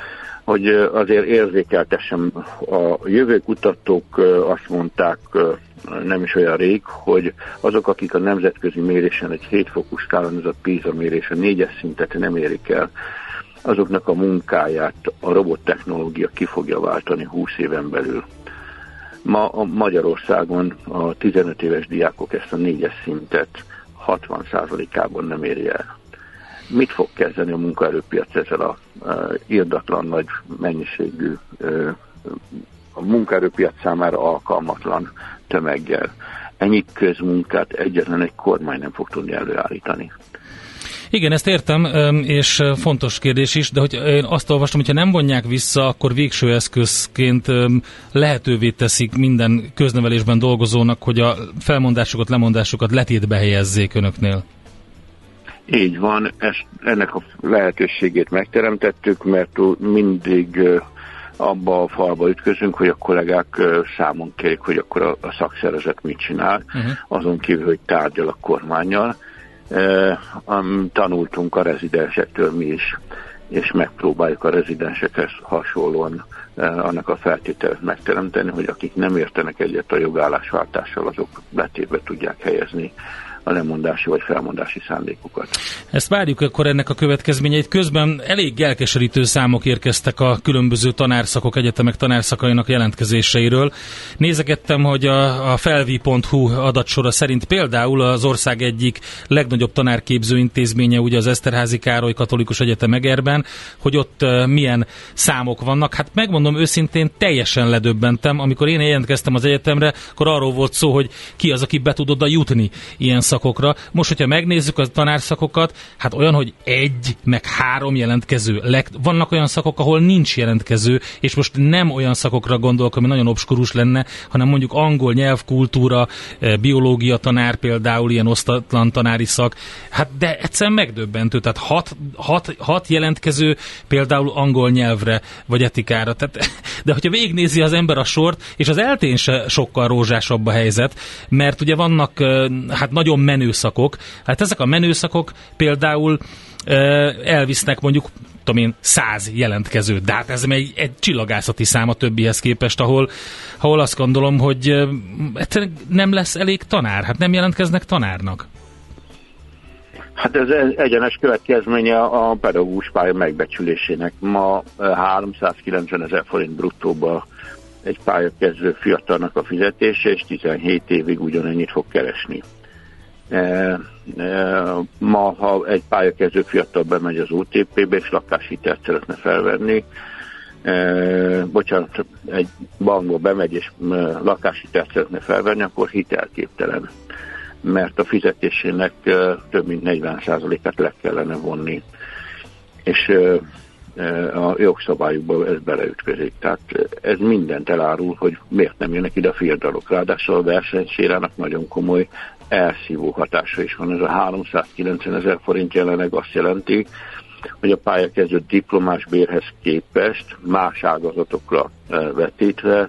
hogy azért érzékeltessem, a jövőkutatók azt mondták nem is olyan rég, hogy azok, akik a nemzetközi mérésen egy 7 fokú skálán, ez a PISA mérés, a 4-es szintet nem érik el, azoknak a munkáját a robottechnológia ki fogja váltani 20 éven belül. Ma a Magyarországon a 15 éves diákok ezt a 4-es szintet 60%-ában nem éri el. Mit fog kezdeni a munkaerőpiac ezzel a irdatlan nagy mennyiségű, a munkaerőpiac számára alkalmatlan tömeggel? Ennyi közmunkát egyetlen egy kormány nem fog tudni előállítani. Igen, ezt értem, és fontos kérdés is, de hogy én azt olvastam, hogyha nem vonják vissza, akkor végső eszközként lehetővé teszik minden köznevelésben dolgozónak, hogy a felmondásokat, lemondásokat letétbe helyezzék önöknél. Így van, ennek a lehetőségét megteremtettük, mert mindig abba a falba ütközünk, hogy a kollégák számon kérik, hogy akkor a szakszervezet mit csinál, azon kívül, hogy tárgyal a kormánnyal. Tanultunk a rezidensektől mi is, és megpróbáljuk a rezidensekhez hasonlóan annak a feltételet megteremteni, hogy akik nem értenek egyet a jogállásváltással, azok letétbe tudják helyezni a lemondási vagy felmondási szándékukat. Ezt várjuk akkor ennek a következményeit. Közben elég elkeserítő számok érkeztek a különböző tanárszakok, egyetemek tanárszakainak jelentkezéseiről. Nézegettem, hogy a felvi.hu adatsora szerint például az ország egyik legnagyobb tanárképző intézménye, ugye az Eszterházy Károly Katolikus Egyetem Egerben, hogy ott milyen számok vannak. Hát megmondom őszintén, teljesen ledöbbentem. Amikor én jelentkeztem az egyetemre, akkor arról volt szó, hogy ki az, aki be tud oda jutni ilyen szakokra. Most, hogyha megnézzük a tanárszakokat, hát olyan, hogy 1 meg 3 jelentkező. Vannak olyan szakok, ahol nincs jelentkező, és most nem olyan szakokra gondolok, ami nagyon obskurus lenne, hanem mondjuk angol nyelvkultúra, biológia tanár például, ilyen osztatlan tanári szak. Hát de egyszerűen megdöbbentő. Tehát 6 jelentkező például angol nyelvre, vagy etikára. Tehát, de hogyha végignézi az ember a sort, és az eltén se sokkal rózsásabb a helyzet, mert ugye vannak hát nagyon menő szakok. Hát ezek a menő szakok például elvisznek mondjuk 100 jelentkezőt, de hát ez egy csillagászati szám a többihez képest, ahol azt gondolom, hogy nem lesz elég tanár, hát nem jelentkeznek tanárnak. Hát ez egyenes következménye a pedagógus pálya megbecsülésének. Ma 390 000 forint bruttóba egy pályakezdő fiatalnak a fizetése, és 17 évig ugyanennyit fog keresni. Ma, ha egy pályakezdő fiatal bemegy az OTP-be, és lakáshitelt szeretne felvenni, egy bankba bemegy, és lakáshitelt szeretne felvenni, akkor hitelképtelen, mert a fizetésének több mint 40%-át le kellene vonni. És a jogszabályukban ez beleütközik. Tehát ez mindent elárul, hogy miért nem jönnek ide a fiatalok. Ráadásul a versenysérának nagyon komoly elszívó hatása is van. Ez a 390 000 forint jelenleg azt jelenti, hogy a pályakezdő diplomás bérhez képest más ágazatokra vetítve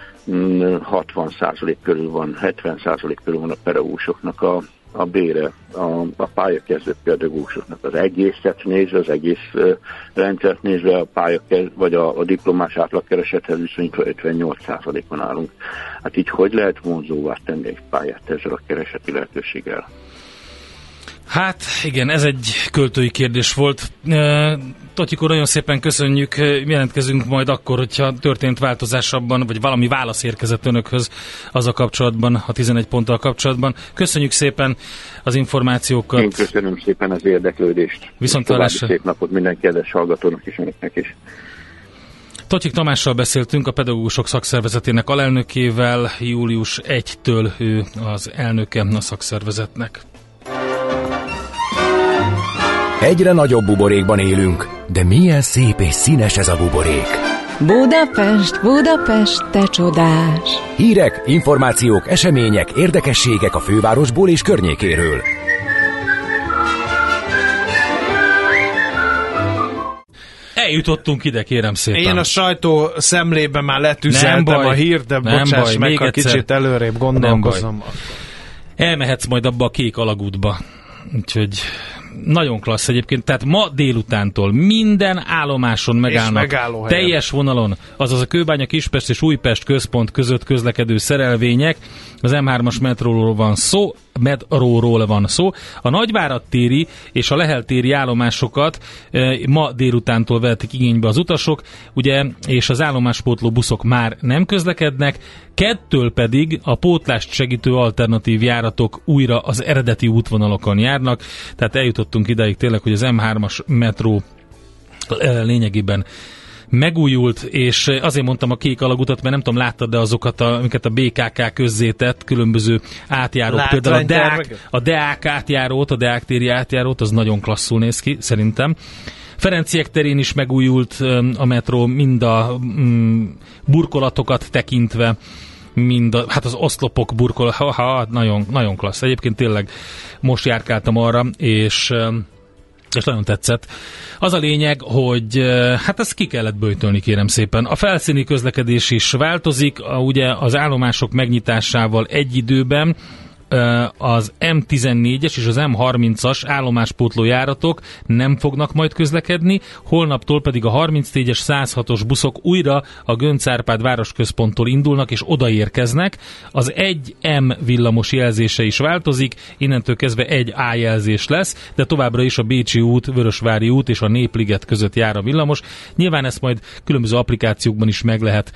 60% körül van, 70% körül van a pedagógusoknak a bére, a pályakezdő pedagógusoknak az egészet nézve, az egész rendszert nézve, vagy a diplomás átlagkeresethez viszonyítva 58%-on állunk. Hát így hogy lehet vonzóvá tenni egy pályát ezzel a kereseti lehetőséggel? Hát igen, ez egy költői kérdés volt. Totyik úr, nagyon szépen köszönjük, jelentkezünk majd akkor, hogyha történt változás abban, vagy valami válasz érkezett önökhöz az a kapcsolatban, a 11 ponttal kapcsolatban. Köszönjük szépen az információkat. Én köszönöm szépen az érdeklődést. Viszontlátásra. Szép napot minden kedves hallgatónak és önöknek is. Totyik Tamással beszéltünk, a pedagógusok szakszervezetének alelnökével, július 1-től ő az elnöke a szakszervezetnek. Egyre nagyobb buborékban élünk, de milyen szép és színes ez a buborék. Budapest, Budapest, te csodás! Hírek, információk, események, érdekességek a fővárosból és környékéről. Eljutottunk ide, kérem szépen. Én a sajtó szemlében már letüzeltem a hírt, de bocsáss meg, ha kicsit előrébb gondolkozom. Elmehetsz majd abba a kék alagútba. Úgyhogy nagyon klassz egyébként, tehát ma délutántól minden állomáson megállnak, teljes vonalon, azaz a Kőbánya, Kispest és Újpest központ között közlekedő szerelvények, az M3-as metróról van szó. A Nagyvárad téri és a Lehel téri állomásokat ma délutántól vehetik igénybe az utasok, ugye, és az állomáspótló buszok már nem közlekednek, 2-től pedig a pótlást segítő alternatív járatok újra az eredeti útvonalokon járnak, tehát eljutottunk ideig tényleg, hogy az M3-as metró lényegében megújult, és azért mondtam a kék alagutat, mert nem tudom, láttad, de azokat, amiket a BKK közzétett, különböző átjárók, például a Deák átjárót, a Deák téri átjárót, az nagyon klasszul néz ki, szerintem. Ferenciek terén is megújult a metró, mind a burkolatokat tekintve, hát az oszlopok nagyon, nagyon klassz. Egyébként tényleg most járkáltam arra, és nagyon tetszett. Az a lényeg, hogy hát ezt ki kellett böjtölni, kérem szépen. A felszíni közlekedés is változik, ugye az állomások megnyitásával egy időben az M14-es és az M30-as állomáspótló járatok nem fognak majd közlekedni, holnaptól pedig a 34-es 106-os buszok újra a Göncz Árpád városközponttól indulnak és odaérkeznek. Az 1M villamos jelzése is változik, innentől kezdve egy A jelzés lesz, de továbbra is a Bécsi út, Vörösvári út és a Népliget között jár a villamos. Nyilván ezt majd különböző applikációkban is meg lehet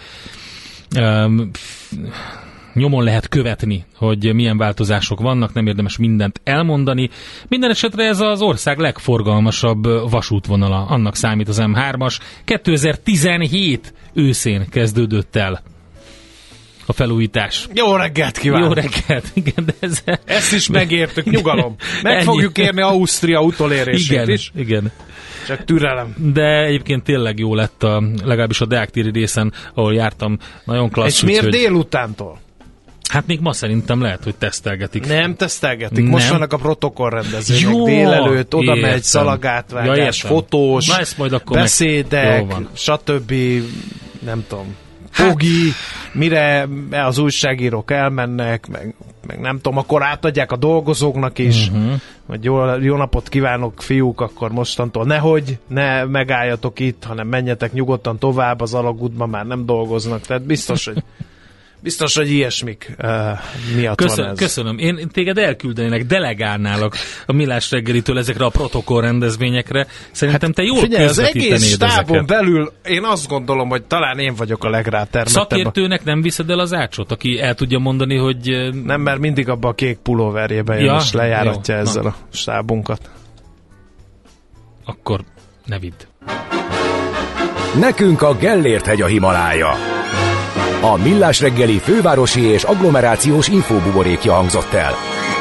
nyomon lehet követni, hogy milyen változások vannak, nem érdemes mindent elmondani. Minden esetre ez az ország legforgalmasabb vasútvonala, annak számít az M3-as. 2017 őszén kezdődött el a felújítás. Jó reggelt kívánok! Jó reggelt, igen, de ezt is megértük, nyugalom. Meg fogjuk érni Ausztria utolérését is. Igen. Csak türelem. De egyébként tényleg jó lett, legalábbis a Deák téri részen, ahol jártam, nagyon klassz. És miért délutántól? Hát még ma szerintem lehet, hogy tesztelgetik. Nem tesztelgetik. Most vannak a protokollrendezvények. Délelőtt oda megy szalagátvágás, fotós, na, ezt majd akkor beszédek, stb. Nem tudom. Fogi, mire az újságírók elmennek, meg nem tudom, akkor átadják a dolgozóknak is, vagy jó napot kívánok, fiúk, akkor mostantól ne megálljatok itt, hanem menjetek nyugodtan tovább, az alagútban már nem dolgoznak, tehát biztos, hogy ilyesmik miatt van ez. Köszönöm. Én téged elküldenének, delegálnálak a Millás reggelitől ezekre a protokollrendezvényekre. Szerintem te jól közvetítenéd ezeket. Az egész stábon ezeket. belül én azt gondolom, hogy talán én vagyok a legrátermettebb. Szakértőnek nem viszed el az ácsot, aki el tudja mondani, hogy... Nem, mert mindig abba a kék pulóverjébe jön, és lejáratja ezzel a stábunkat. Akkor ne vidd. Nekünk a Gellért-hegy a Himalája. A Millás reggeli fővárosi és agglomerációs infóbuborékja hangzott el.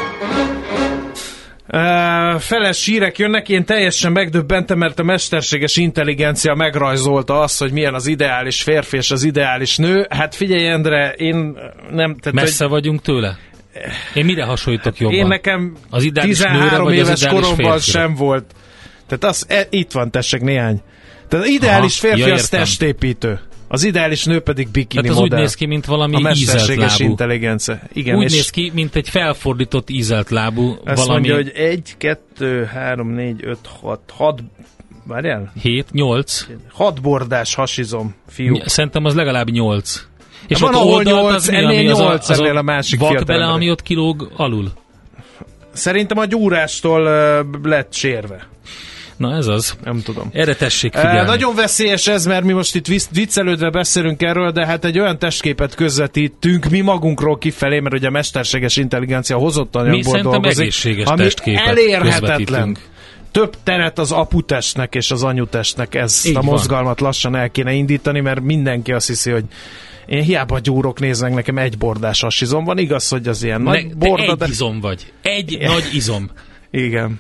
Feles hírek jönnek, én teljesen megdöbbentem, mert a mesterséges intelligencia megrajzolta azt, hogy milyen az ideális férfi és az ideális nő. Hát figyelj, Endre, én nem... Messze vagyunk tőle? Én mire hasonlítok jobban? Én nekem az 13 nőre, éves koromban sem volt. Tehát itt van, tessék néhány. Tehát az ideális férfi az testépítő. Az ideális nő pedig bikini modell. modell. Úgy néz ki, mint valami a mesterséges intelligencia. Igen, úgy néz ki, mint egy felfordított ízelt lábú ezt valami. Mondja, hogy 1, 2, 3, 4, 5, 6 várjál? 7, 8. 6 bordás hasizom, fiúk. Szerintem az legalább 8. És van, ott ahol 8, az ennél 8 ennél a másik vak bele, ami ott kilóg alul. Szerintem a gyúrástól lett sérve. Na ez az. Nem tudom. Erre tessék figyelni. Nagyon veszélyes ez, mert mi most itt viccelődve beszélünk erről, de hát egy olyan testképet közvetítünk mi magunkról kifelé, mert ugye a mesterséges intelligencia hozott anyagból dolgozik, ami elérhetetlen. Több teret az aputestnek és az anyutestnek, ezt így a mozgalmat lassan el kéne indítani, mert mindenki azt hiszi, hogy én hiába gyúrok, néznek, nekem egy bordás hasizom van, igaz, hogy az ilyen nagy borda, egy izom vagy. Egy nagy izom. Igen.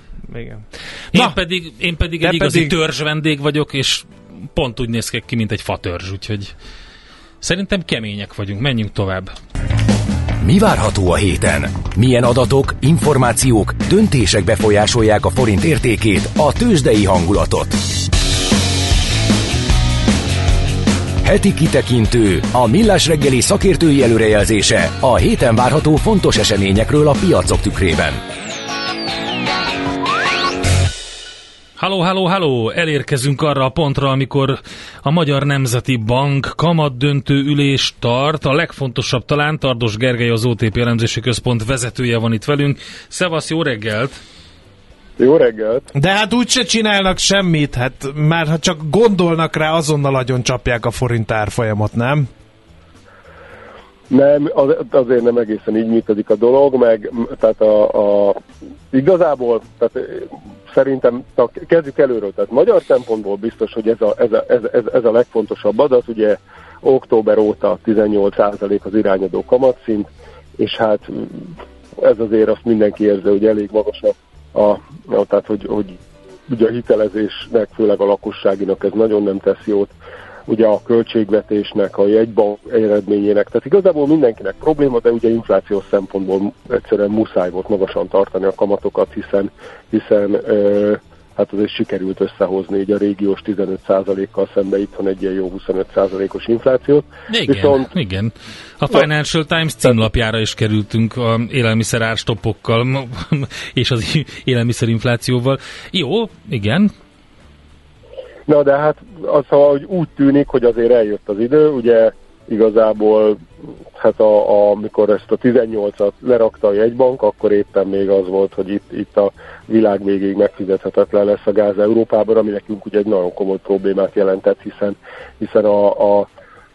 Én pedig egy igazi törzs vendég vagyok, és pont úgy néz ki, mint egy fatörzs, úgyhogy szerintem kemények vagyunk, menjünk tovább. Mi várható a héten? Milyen adatok, információk, döntések befolyásolják a forint értékét, a tőzsdei hangulatot? Heti kitekintő, a Millás reggeli szakértői előrejelzése a héten várható fontos eseményekről a piacok tükrében. Halló, elérkezünk arra a pontra, amikor a Magyar Nemzeti Bank kamatdöntő ülést tart. A legfontosabb talán Tardos Gergely, az OTP elemzési központ vezetője van itt velünk. Szevasz, jó reggelt! Jó reggelt! De hát úgyse csinálnak semmit, hát már ha csak gondolnak rá, azonnal agyon csapják a forint árfolyamot, nem? Nem, azért nem egészen így működik a dolog, meg tehát igazából, tehát szerintem, kezdjük előről, tehát magyar szempontból biztos, hogy ez a legfontosabb adat, ugye október óta 18% az irányadó kamatszint, és hát ez azért azt mindenki érzi, hogy elég magas tehát hogy ugye a hitelezésnek, főleg a lakosságinak ez nagyon nem tesz jót, ugye a költségvetésnek, a jegybank eredményének, tehát igazából mindenkinek probléma, de ugye inflációs szempontból egyszerűen muszáj volt magasan tartani a kamatokat, hiszen hát azért sikerült összehozni így a régiós 15%-kal szembe itthon egy ilyen jó 25%-os inflációt. Igen. A Financial Times címlapjára is kerültünk a élelmiszer árstoppokkal és az élelmiszerinflációval. Jó, igen. Na de hát az, hogy úgy tűnik, hogy azért eljött az idő, ugye igazából hát amikor ezt a 18-at lerakta a jegybank, akkor éppen még az volt, hogy itt a világ végéig megfizethetetlen lesz a gáz Európában, ami nekünk ugye egy nagyon komoly problémát jelentett, hiszen a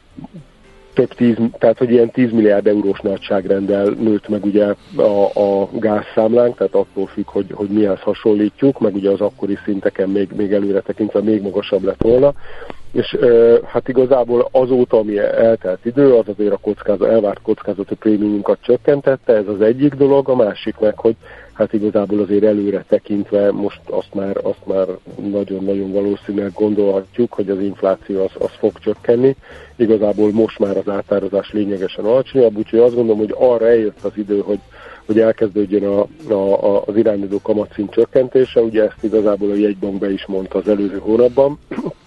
tehát hogy ilyen 10 milliárd eurós nagyságrendel nőtt meg ugye a gázszámlánk, tehát attól függ, hogy mihez hasonlítjuk, meg ugye az akkori szinteken még előre tekintve még magasabb lett volna. És hát igazából azóta, ami eltelt idő, az azért a elvárt kockázati prémiumunkat csökkentette, ez az egyik dolog, a másik meg, hogy hát igazából azért előre tekintve most azt már nagyon-nagyon valószínűleg gondolhatjuk, hogy az infláció az fog csökkenni. Igazából most már az átározás lényegesen alacsonyabb, úgyhogy azt gondolom, hogy arra eljött az idő, hogy elkezdődjön az irányadó kamatszint csökkentése, ugye ezt igazából a jegybank be is mondta az előző hónapban,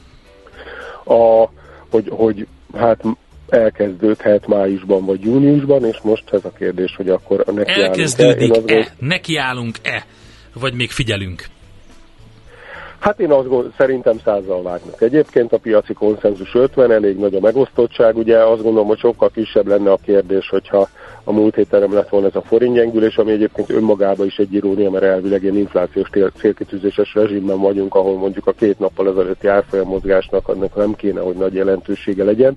hogy hát elkezdődhet májusban vagy júniusban, és most ez a kérdés, hogy akkor nekiállunk-e. Elkezdődik-e? Nekiállunk-e? Vagy még figyelünk? Hát én szerintem 100-zal vágnak. Egyébként a piaci konszenzus 50, elég nagy a megosztottság, ugye azt gondolom, hogy sokkal kisebb lenne a kérdés, hogyha a múlt héten nem lett volna ez a forintgyengülés, ami egyébként önmagában is egy irónia, mert elvileg ilyen inflációs célkitűzéses rezsimben vagyunk, ahol mondjuk a 2 nappal ezelőtti árfolyam mozgásnak annak nem kéne, hogy nagy jelentősége legyen.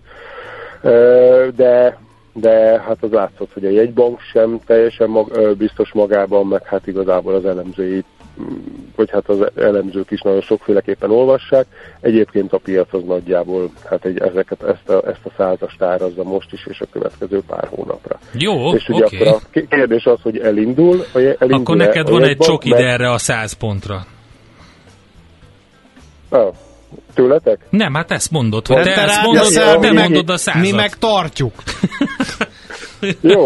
De hát az látszott, hogy a jegybank sem teljesen biztos magában, meg hát igazából az elemzői, vagy hát az elemzők is nagyon sokféleképpen olvassák. Egyébként a piac az nagyjából hát ezt a 100-ast árazza most is, és a következő pár hónapra. Jó, és ugye akkor a kérdés az, hogy elindul akkor neked van egy csok ide erre a 100 pontra. Tőletek? Nem, hát ezt mondod, hogy te ezt mondod, te mondod a 100-at. Mi meg tartjuk. Jó,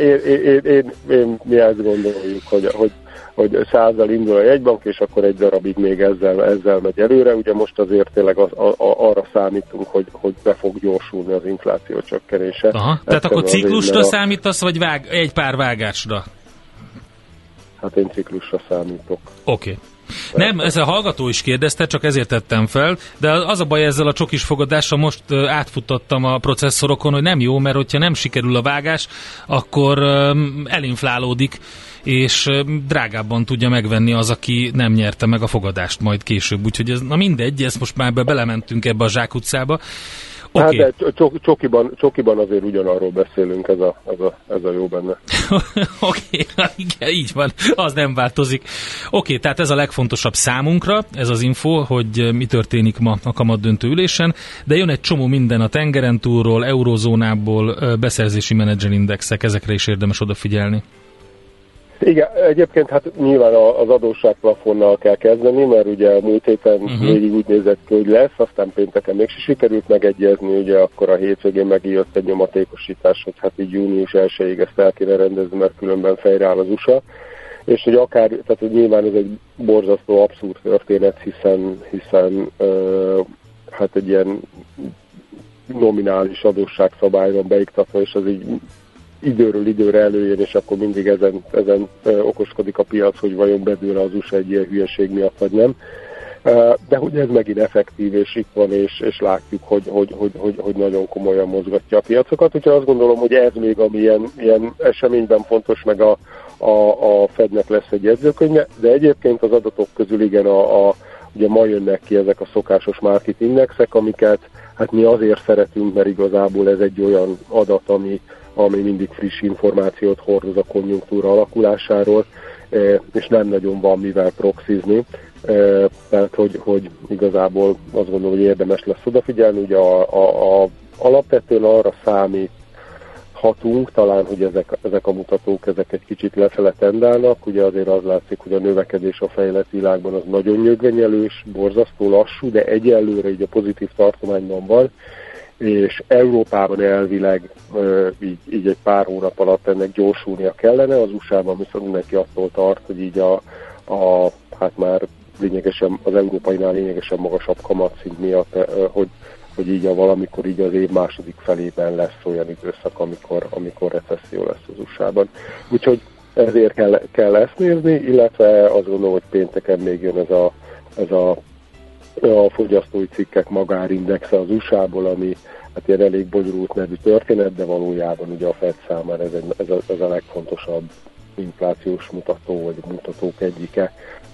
mi ezt gondoljuk, hogy 100-zal indul a jegybank, és akkor egy darabig még ezzel megy előre. Ugye most azért tényleg arra számítunk, hogy be fog gyorsulni az infláció csökkenése. Aha, tehát akkor ciklusra számítasz, vagy egy pár vágásra? Hát én ciklusra számítok. Oké. Nem, ez a hallgató is kérdezte, csak ezért tettem fel, de az a baj ezzel a csokis fogadással, most átfuttattam a processzorokon, hogy nem jó, mert hogyha nem sikerül a vágás, akkor elinflálódik, és drágábban tudja megvenni az, aki nem nyerte meg a fogadást majd később. Úgyhogy ez, na mindegy, ezt most már belementünk ebbe a zsákutcába. Okay. Hát de csokiban azért ugyanarról beszélünk, ez a jó benne. Oké, igen, így van, az nem változik. Oké, tehát ez a legfontosabb számunkra, ez az info, hogy mi történik ma a kamatdöntő ülésen, de jön egy csomó minden a tengeren túlról, eurozónából, beszerzési menedzserindexek, ezekre is érdemes odafigyelni. Igen, egyébként hát nyilván az adósságplafonnal kell kezdeni, mert ugye a múlt héten végig úgy nézett ki, hogy lesz, aztán pénteken mégse sikerült megegyezni, ugye akkor a hétvégén megjött egy nyomatékosítás, hogy hát így június 1-ig ezt el kéne rendezni, mert különben fejreáll az USA. És hogy akár, tehát hogy nyilván ez egy borzasztó abszurd történet, hiszen hát egy ilyen nominális adósságszabály van beiktatva, és az így időről időre előjön, és akkor mindig ezen okoskodik a piac, hogy vajon bedőle az USA egy ilyen hülyeség miatt, vagy nem. de hogy ez megint effektív, és itt van, és látjuk, hogy nagyon komolyan mozgatja a piacokat. Úgyhogy azt gondolom, hogy ez még, ami ilyen eseményben fontos, meg a Fednek lesz egy jegyzőkönyve, de egyébként az adatok közül igen, ugye ma jönnek ki ezek a szokásos market indexek, amiket hát mi azért szeretünk, mert igazából ez egy olyan adat, ami mindig friss információt hordoz a konjunktúra alakulásáról, és nem nagyon van mivel proxizni. Tehát, hogy igazából azt gondolom, hogy érdemes lesz odafigyelni. Ugye alapvetően arra számíthatunk talán, hogy ezek a mutatók egy kicsit lefele tendálnak. Ugye azért az látszik, hogy a növekedés a fejlett világban az nagyon nyögvenyelős, borzasztó lassú, de egyelőre így a pozitív tartományban van, és Európában elvileg így egy pár hónap alatt ennek gyorsulnia kellene, az USA-ban viszont mindenki attól tart, hogy így hát már lényegesen, az európainál lényegesen magasabb kamatszint miatt, hogy így valamikor így az év második felében lesz olyan időszak, amikor recesszió lesz az USA-ban. Úgyhogy ezért kell ezt nézni, illetve azt gondolom, hogy pénteken még jön ez a fogyasztói cikkek magárindexe az USA-ból, ami hát ilyen elég bonyolult nevű történet, de valójában ugye a Fed számára ez a legfontosabb inflációs mutató, vagy mutatók egyike.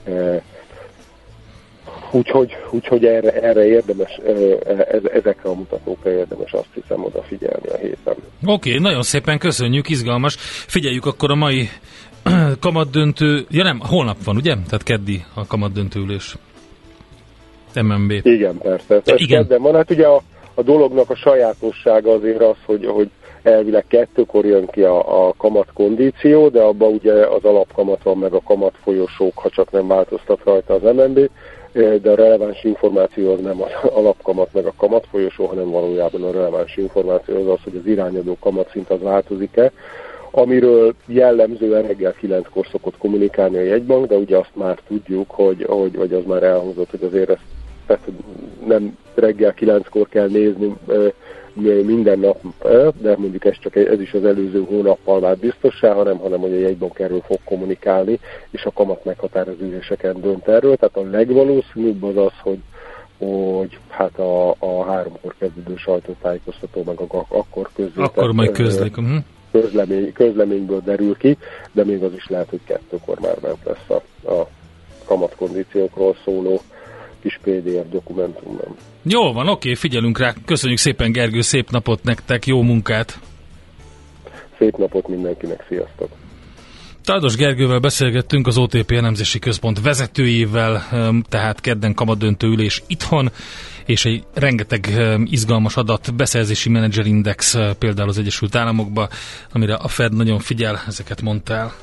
Úgyhogy erre érdemes, ezekre a mutatókra érdemes, azt hiszem, odafigyelni a héten. Oké, nagyon szépen köszönjük, izgalmas. Figyeljük akkor a mai kamatdöntő, holnap van, ugye? Tehát keddi a kamatdöntőülés. MNB. Igen, persze. Kedden van. Hát ugye a dolognak a sajátossága azért az, hogy elvileg 2-kor jön ki a kamatkondíció, de abban ugye az alapkamat van, meg a kamatfolyosók, ha csak nem változtat rajta az MNB, de a releváns információ az nem az alapkamat meg a kamatfolyosó, hanem valójában a releváns információ az, hogy az irányadó kamatszint az változik-e, amiről jellemzően reggel 9-kor szokott kommunikálni a jegybank, de ugye azt már tudjuk, hogy az már elhangzott, hogy azért ezt tehát nem reggel 9-kor kell nézni minden nap, de mondjuk ez is az előző hónappal vált biztossá, hanem hogy a jegybank erről fog kommunikálni, és a kamat meghatározó üléseken dönt erről. Tehát a legvalószínűbb az, hogy hát a 3-kor kezdődő sajtótájékoztató meg akkor közzétett. Akkor majd közlik. Közleményből derül ki, de még az is lehet, hogy 2-kor már bent lesz a kamatkondíciókról szóló kis PDF dokumentumban. Jól van, oké, figyelünk rá. Köszönjük szépen, Gergő, szép napot nektek, jó munkát! Szép napot mindenkinek, sziasztok! Taldos Gergővel beszélgettünk, az OTP elemzési központ vezetőjével, tehát kedden kamatdöntő ülés itthon, és egy rengeteg izgalmas adat, beszerzési menedzserindex például az Egyesült Államokban, amire a Fed nagyon figyel, ezeket mondta el.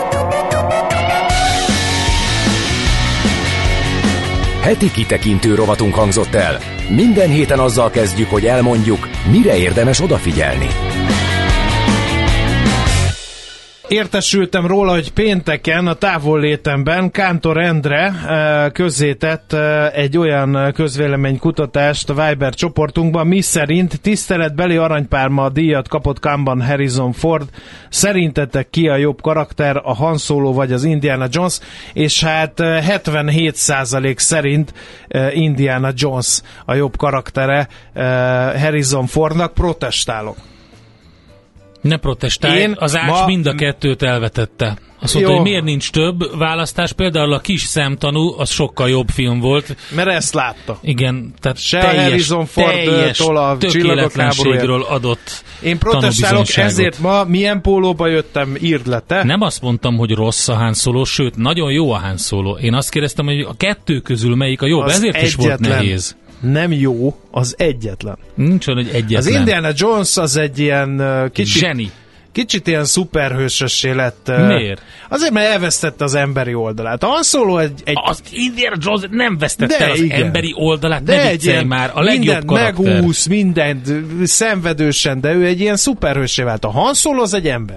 Heti kitekintő rovatunk hangzott el. Minden héten azzal kezdjük, hogy elmondjuk, mire érdemes odafigyelni. Értesültem róla, hogy pénteken a távollétemben Kántor Endre közzétett egy olyan közvéleménykutatást a Viber csoportunkban, mi szerint tiszteletbeli aranypálma díjat kapott Kanban Harrison Ford. Szerintetek ki a jobb karakter, a Han Solo vagy az Indiana Jones? És hát 77% szerint Indiana Jones a jobb karaktere Harrison Fordnak. Protestálok. Ne protestálj, az Ács mind a kettőt elvetette. Azt mondta, hogy miért nincs több választás, például a Kis szemtanú, az sokkal jobb film volt. Mert ezt látta. Igen, tehát se Harrison Fordtól a Csillagok háborújáról adott. Én protestálok, ezért ma milyen pólóba jöttem, írd le te. Nem azt mondtam, hogy rossz a Han Solo, sőt, nagyon jó a Han Solo. Én azt kérdeztem, hogy a kettő közül melyik a jobb, az ezért is volt nehéz. Nem jó, az egyetlen. Nincs olyan, hogy egyetlen. Az Indiana Jones az egy ilyen zseni. Kicsit ilyen szuperhősössé lett. Miért? Azért, mert elvesztette az emberi oldalát. A Han Solo egy... Az Indiana Jones nem vesztette el az emberi oldalát, ne viccelj már, a legjobb karakter. Megúsz, mindent szenvedősen, de ő egy ilyen szuperhősé vált. A Han Solo az egy ember.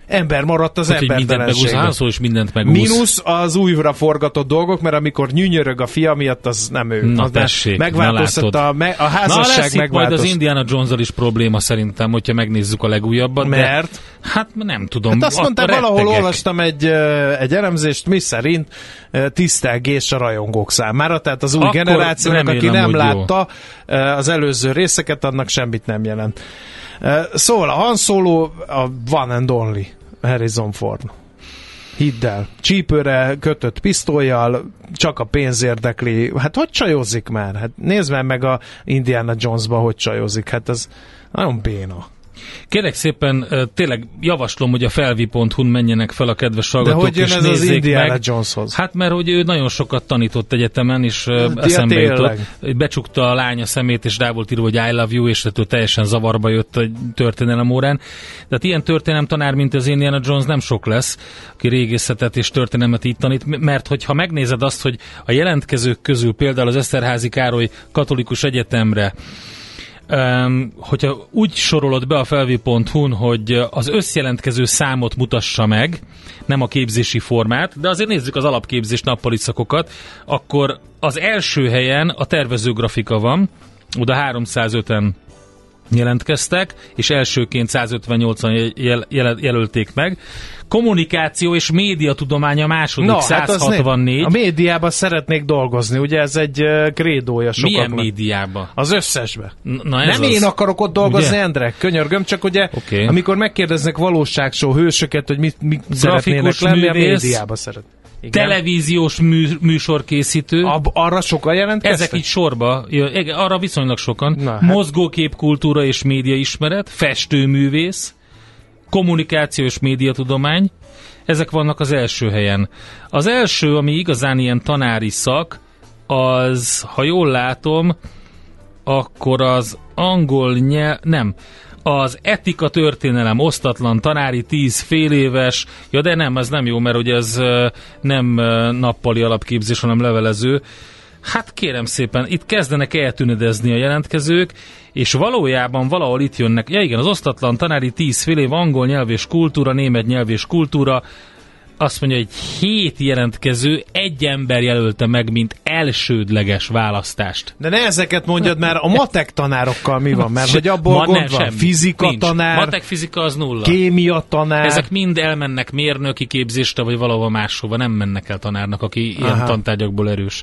Ember maradt az embertelenség. És mindent megúsz. Mínusz az újra forgatott dolgok, mert amikor nyűnyörög a fia miatt, az nem ő. Na az tessék, megváltoztatta a házasság lesz itt majd az Indiana Jones-al is probléma szerintem, hogyha megnézzük a legújabbat. Mert? Hát nem tudom. Hát azt mondtam, valahol olvastam egy elemzést, mi szerint tisztelgés a rajongók számára, tehát az új akkor generációnak, aki nem jó. látta az előző részeket, annak semmit nem jelent. Szóval a Han Solo a one and only Harrison Ford. Hidd el. Csípőre kötött pisztollyal, csak a pénz érdekli. Hát hogy csajozik már? Hát nézd meg a Indiana Jonesba, hogy csajozik. Hát ez nagyon béna. Kérlek szépen, tényleg javaslom, hogy a felvi.hu-n menjenek fel a kedves hallgatók, de hogy jön és ez az Indiana meg. Joneshoz? Hát mert hogy ő nagyon sokat tanított egyetemen, és eszembe jutott. Becsukta a lánya szemét, és rá volt írva, hogy I love you, és ettől teljesen zavarba jött a történelem órán. Tehát ilyen történelemtanár, mint az Indiana Jones nem sok lesz, aki régészetet és történelmet így tanít, mert hogyha megnézed azt, hogy a jelentkezők közül például az Eszterházy Károly Katolikus Egyetemre, hogyha úgy sorolod be a felvi.hu-n, hogy az összjelentkező számot mutassa meg, nem a képzési formát, de azért nézzük az alapképzés nappali szakokat, akkor az első helyen a tervezőgrafika van, oda 305-en jelentkeztek, és elsőként 158-an jelölték meg. Kommunikáció és médiatudomány a második, 164. Hát a médiában szeretnék dolgozni, ugye ez egy krédója sokaknak. Milyen médiában? Az összesbe. Na nem én akarok ott dolgozni, Endre, könyörgöm, csak ugye amikor megkérdeznek valóságshow hősöket, hogy mit szeretnének lenni, a médiában szeret. Igen. Televíziós műsorkészítő. Arra sokan jelentkeztek? Ezek így sorba, arra viszonylag sokan. Mozgóképkultúra és médiaismeret, festőművész, kommunikáció és médiatudomány, ezek vannak az első helyen. Az első, ami igazán ilyen tanári szak, az, ha jól látom, akkor az angol nyelv, nem, az etika történelem osztatlan tanári 10 féléves, ja de nem, ez nem jó, mert ugye ez nem nappali alapképzés, hanem levelező. Hát kérem szépen, itt kezdenek eltűnedezni a jelentkezők, és valójában valahol itt jönnek, ja igen, az osztatlan tanári 10 fél év, angol nyelv és kultúra, német nyelv és kultúra, azt mondja, hogy 7 jelentkező, egy ember jelölte meg, mint elsődleges választást. De ne ezeket mondjad, mert a matek tanárokkal mi van? Mert hogy abból gond van, fizika nincs. Tanár, matek, fizika az nulla. Kémia tanár. Ezek mind elmennek mérnöki képzésre, vagy valahova máshova, nem mennek el tanárnak, aki ilyen tantárgyakból erős.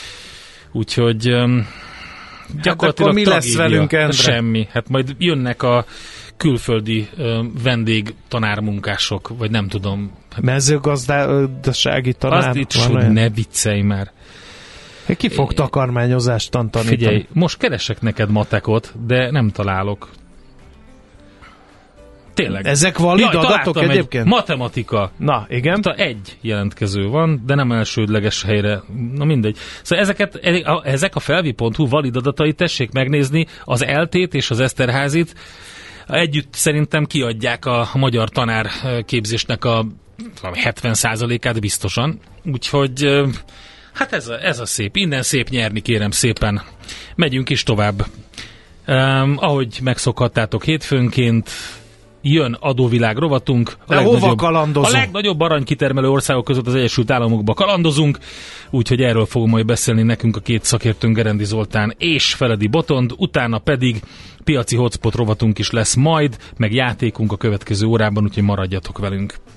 Úgyhogy gyakorlatilag mi lesz velünk, Endre? Semmi. Hát majd jönnek a külföldi vendég tanármunkások, vagy nem tudom. Mezőgazdasági tanár? Azt itt ne viccelj már. Ki fog takarmányozást tanítani? Figyelj, most keresek neked matekot, de nem találok. Tényleg. Ezek valid adatok egyébként? Matematika. Na, igen. Egy jelentkező van, de nem elsődleges helyre. Na mindegy. Szóval ezek a felvi.hu valid adatai, tessék megnézni, az ELTÉT és az Eszterházit együtt szerintem kiadják a magyar tanárképzésnek a 70%-át biztosan. Úgyhogy hát ez a szép. Innen szép nyerni, kérem szépen. Megyünk is tovább. Ahogy megszokhattátok hétfőnként, jön adóvilág rovatunk. A legnagyobb aranykitermelő országok között az Egyesült Államokba kalandozunk, úgyhogy erről fogom majd beszélni nekünk a két szakértőnk, Gerendi Zoltán és Feledi Botond, utána pedig piaci hotspot rovatunk is lesz majd, meg játékunk a következő órában, úgyhogy maradjatok velünk.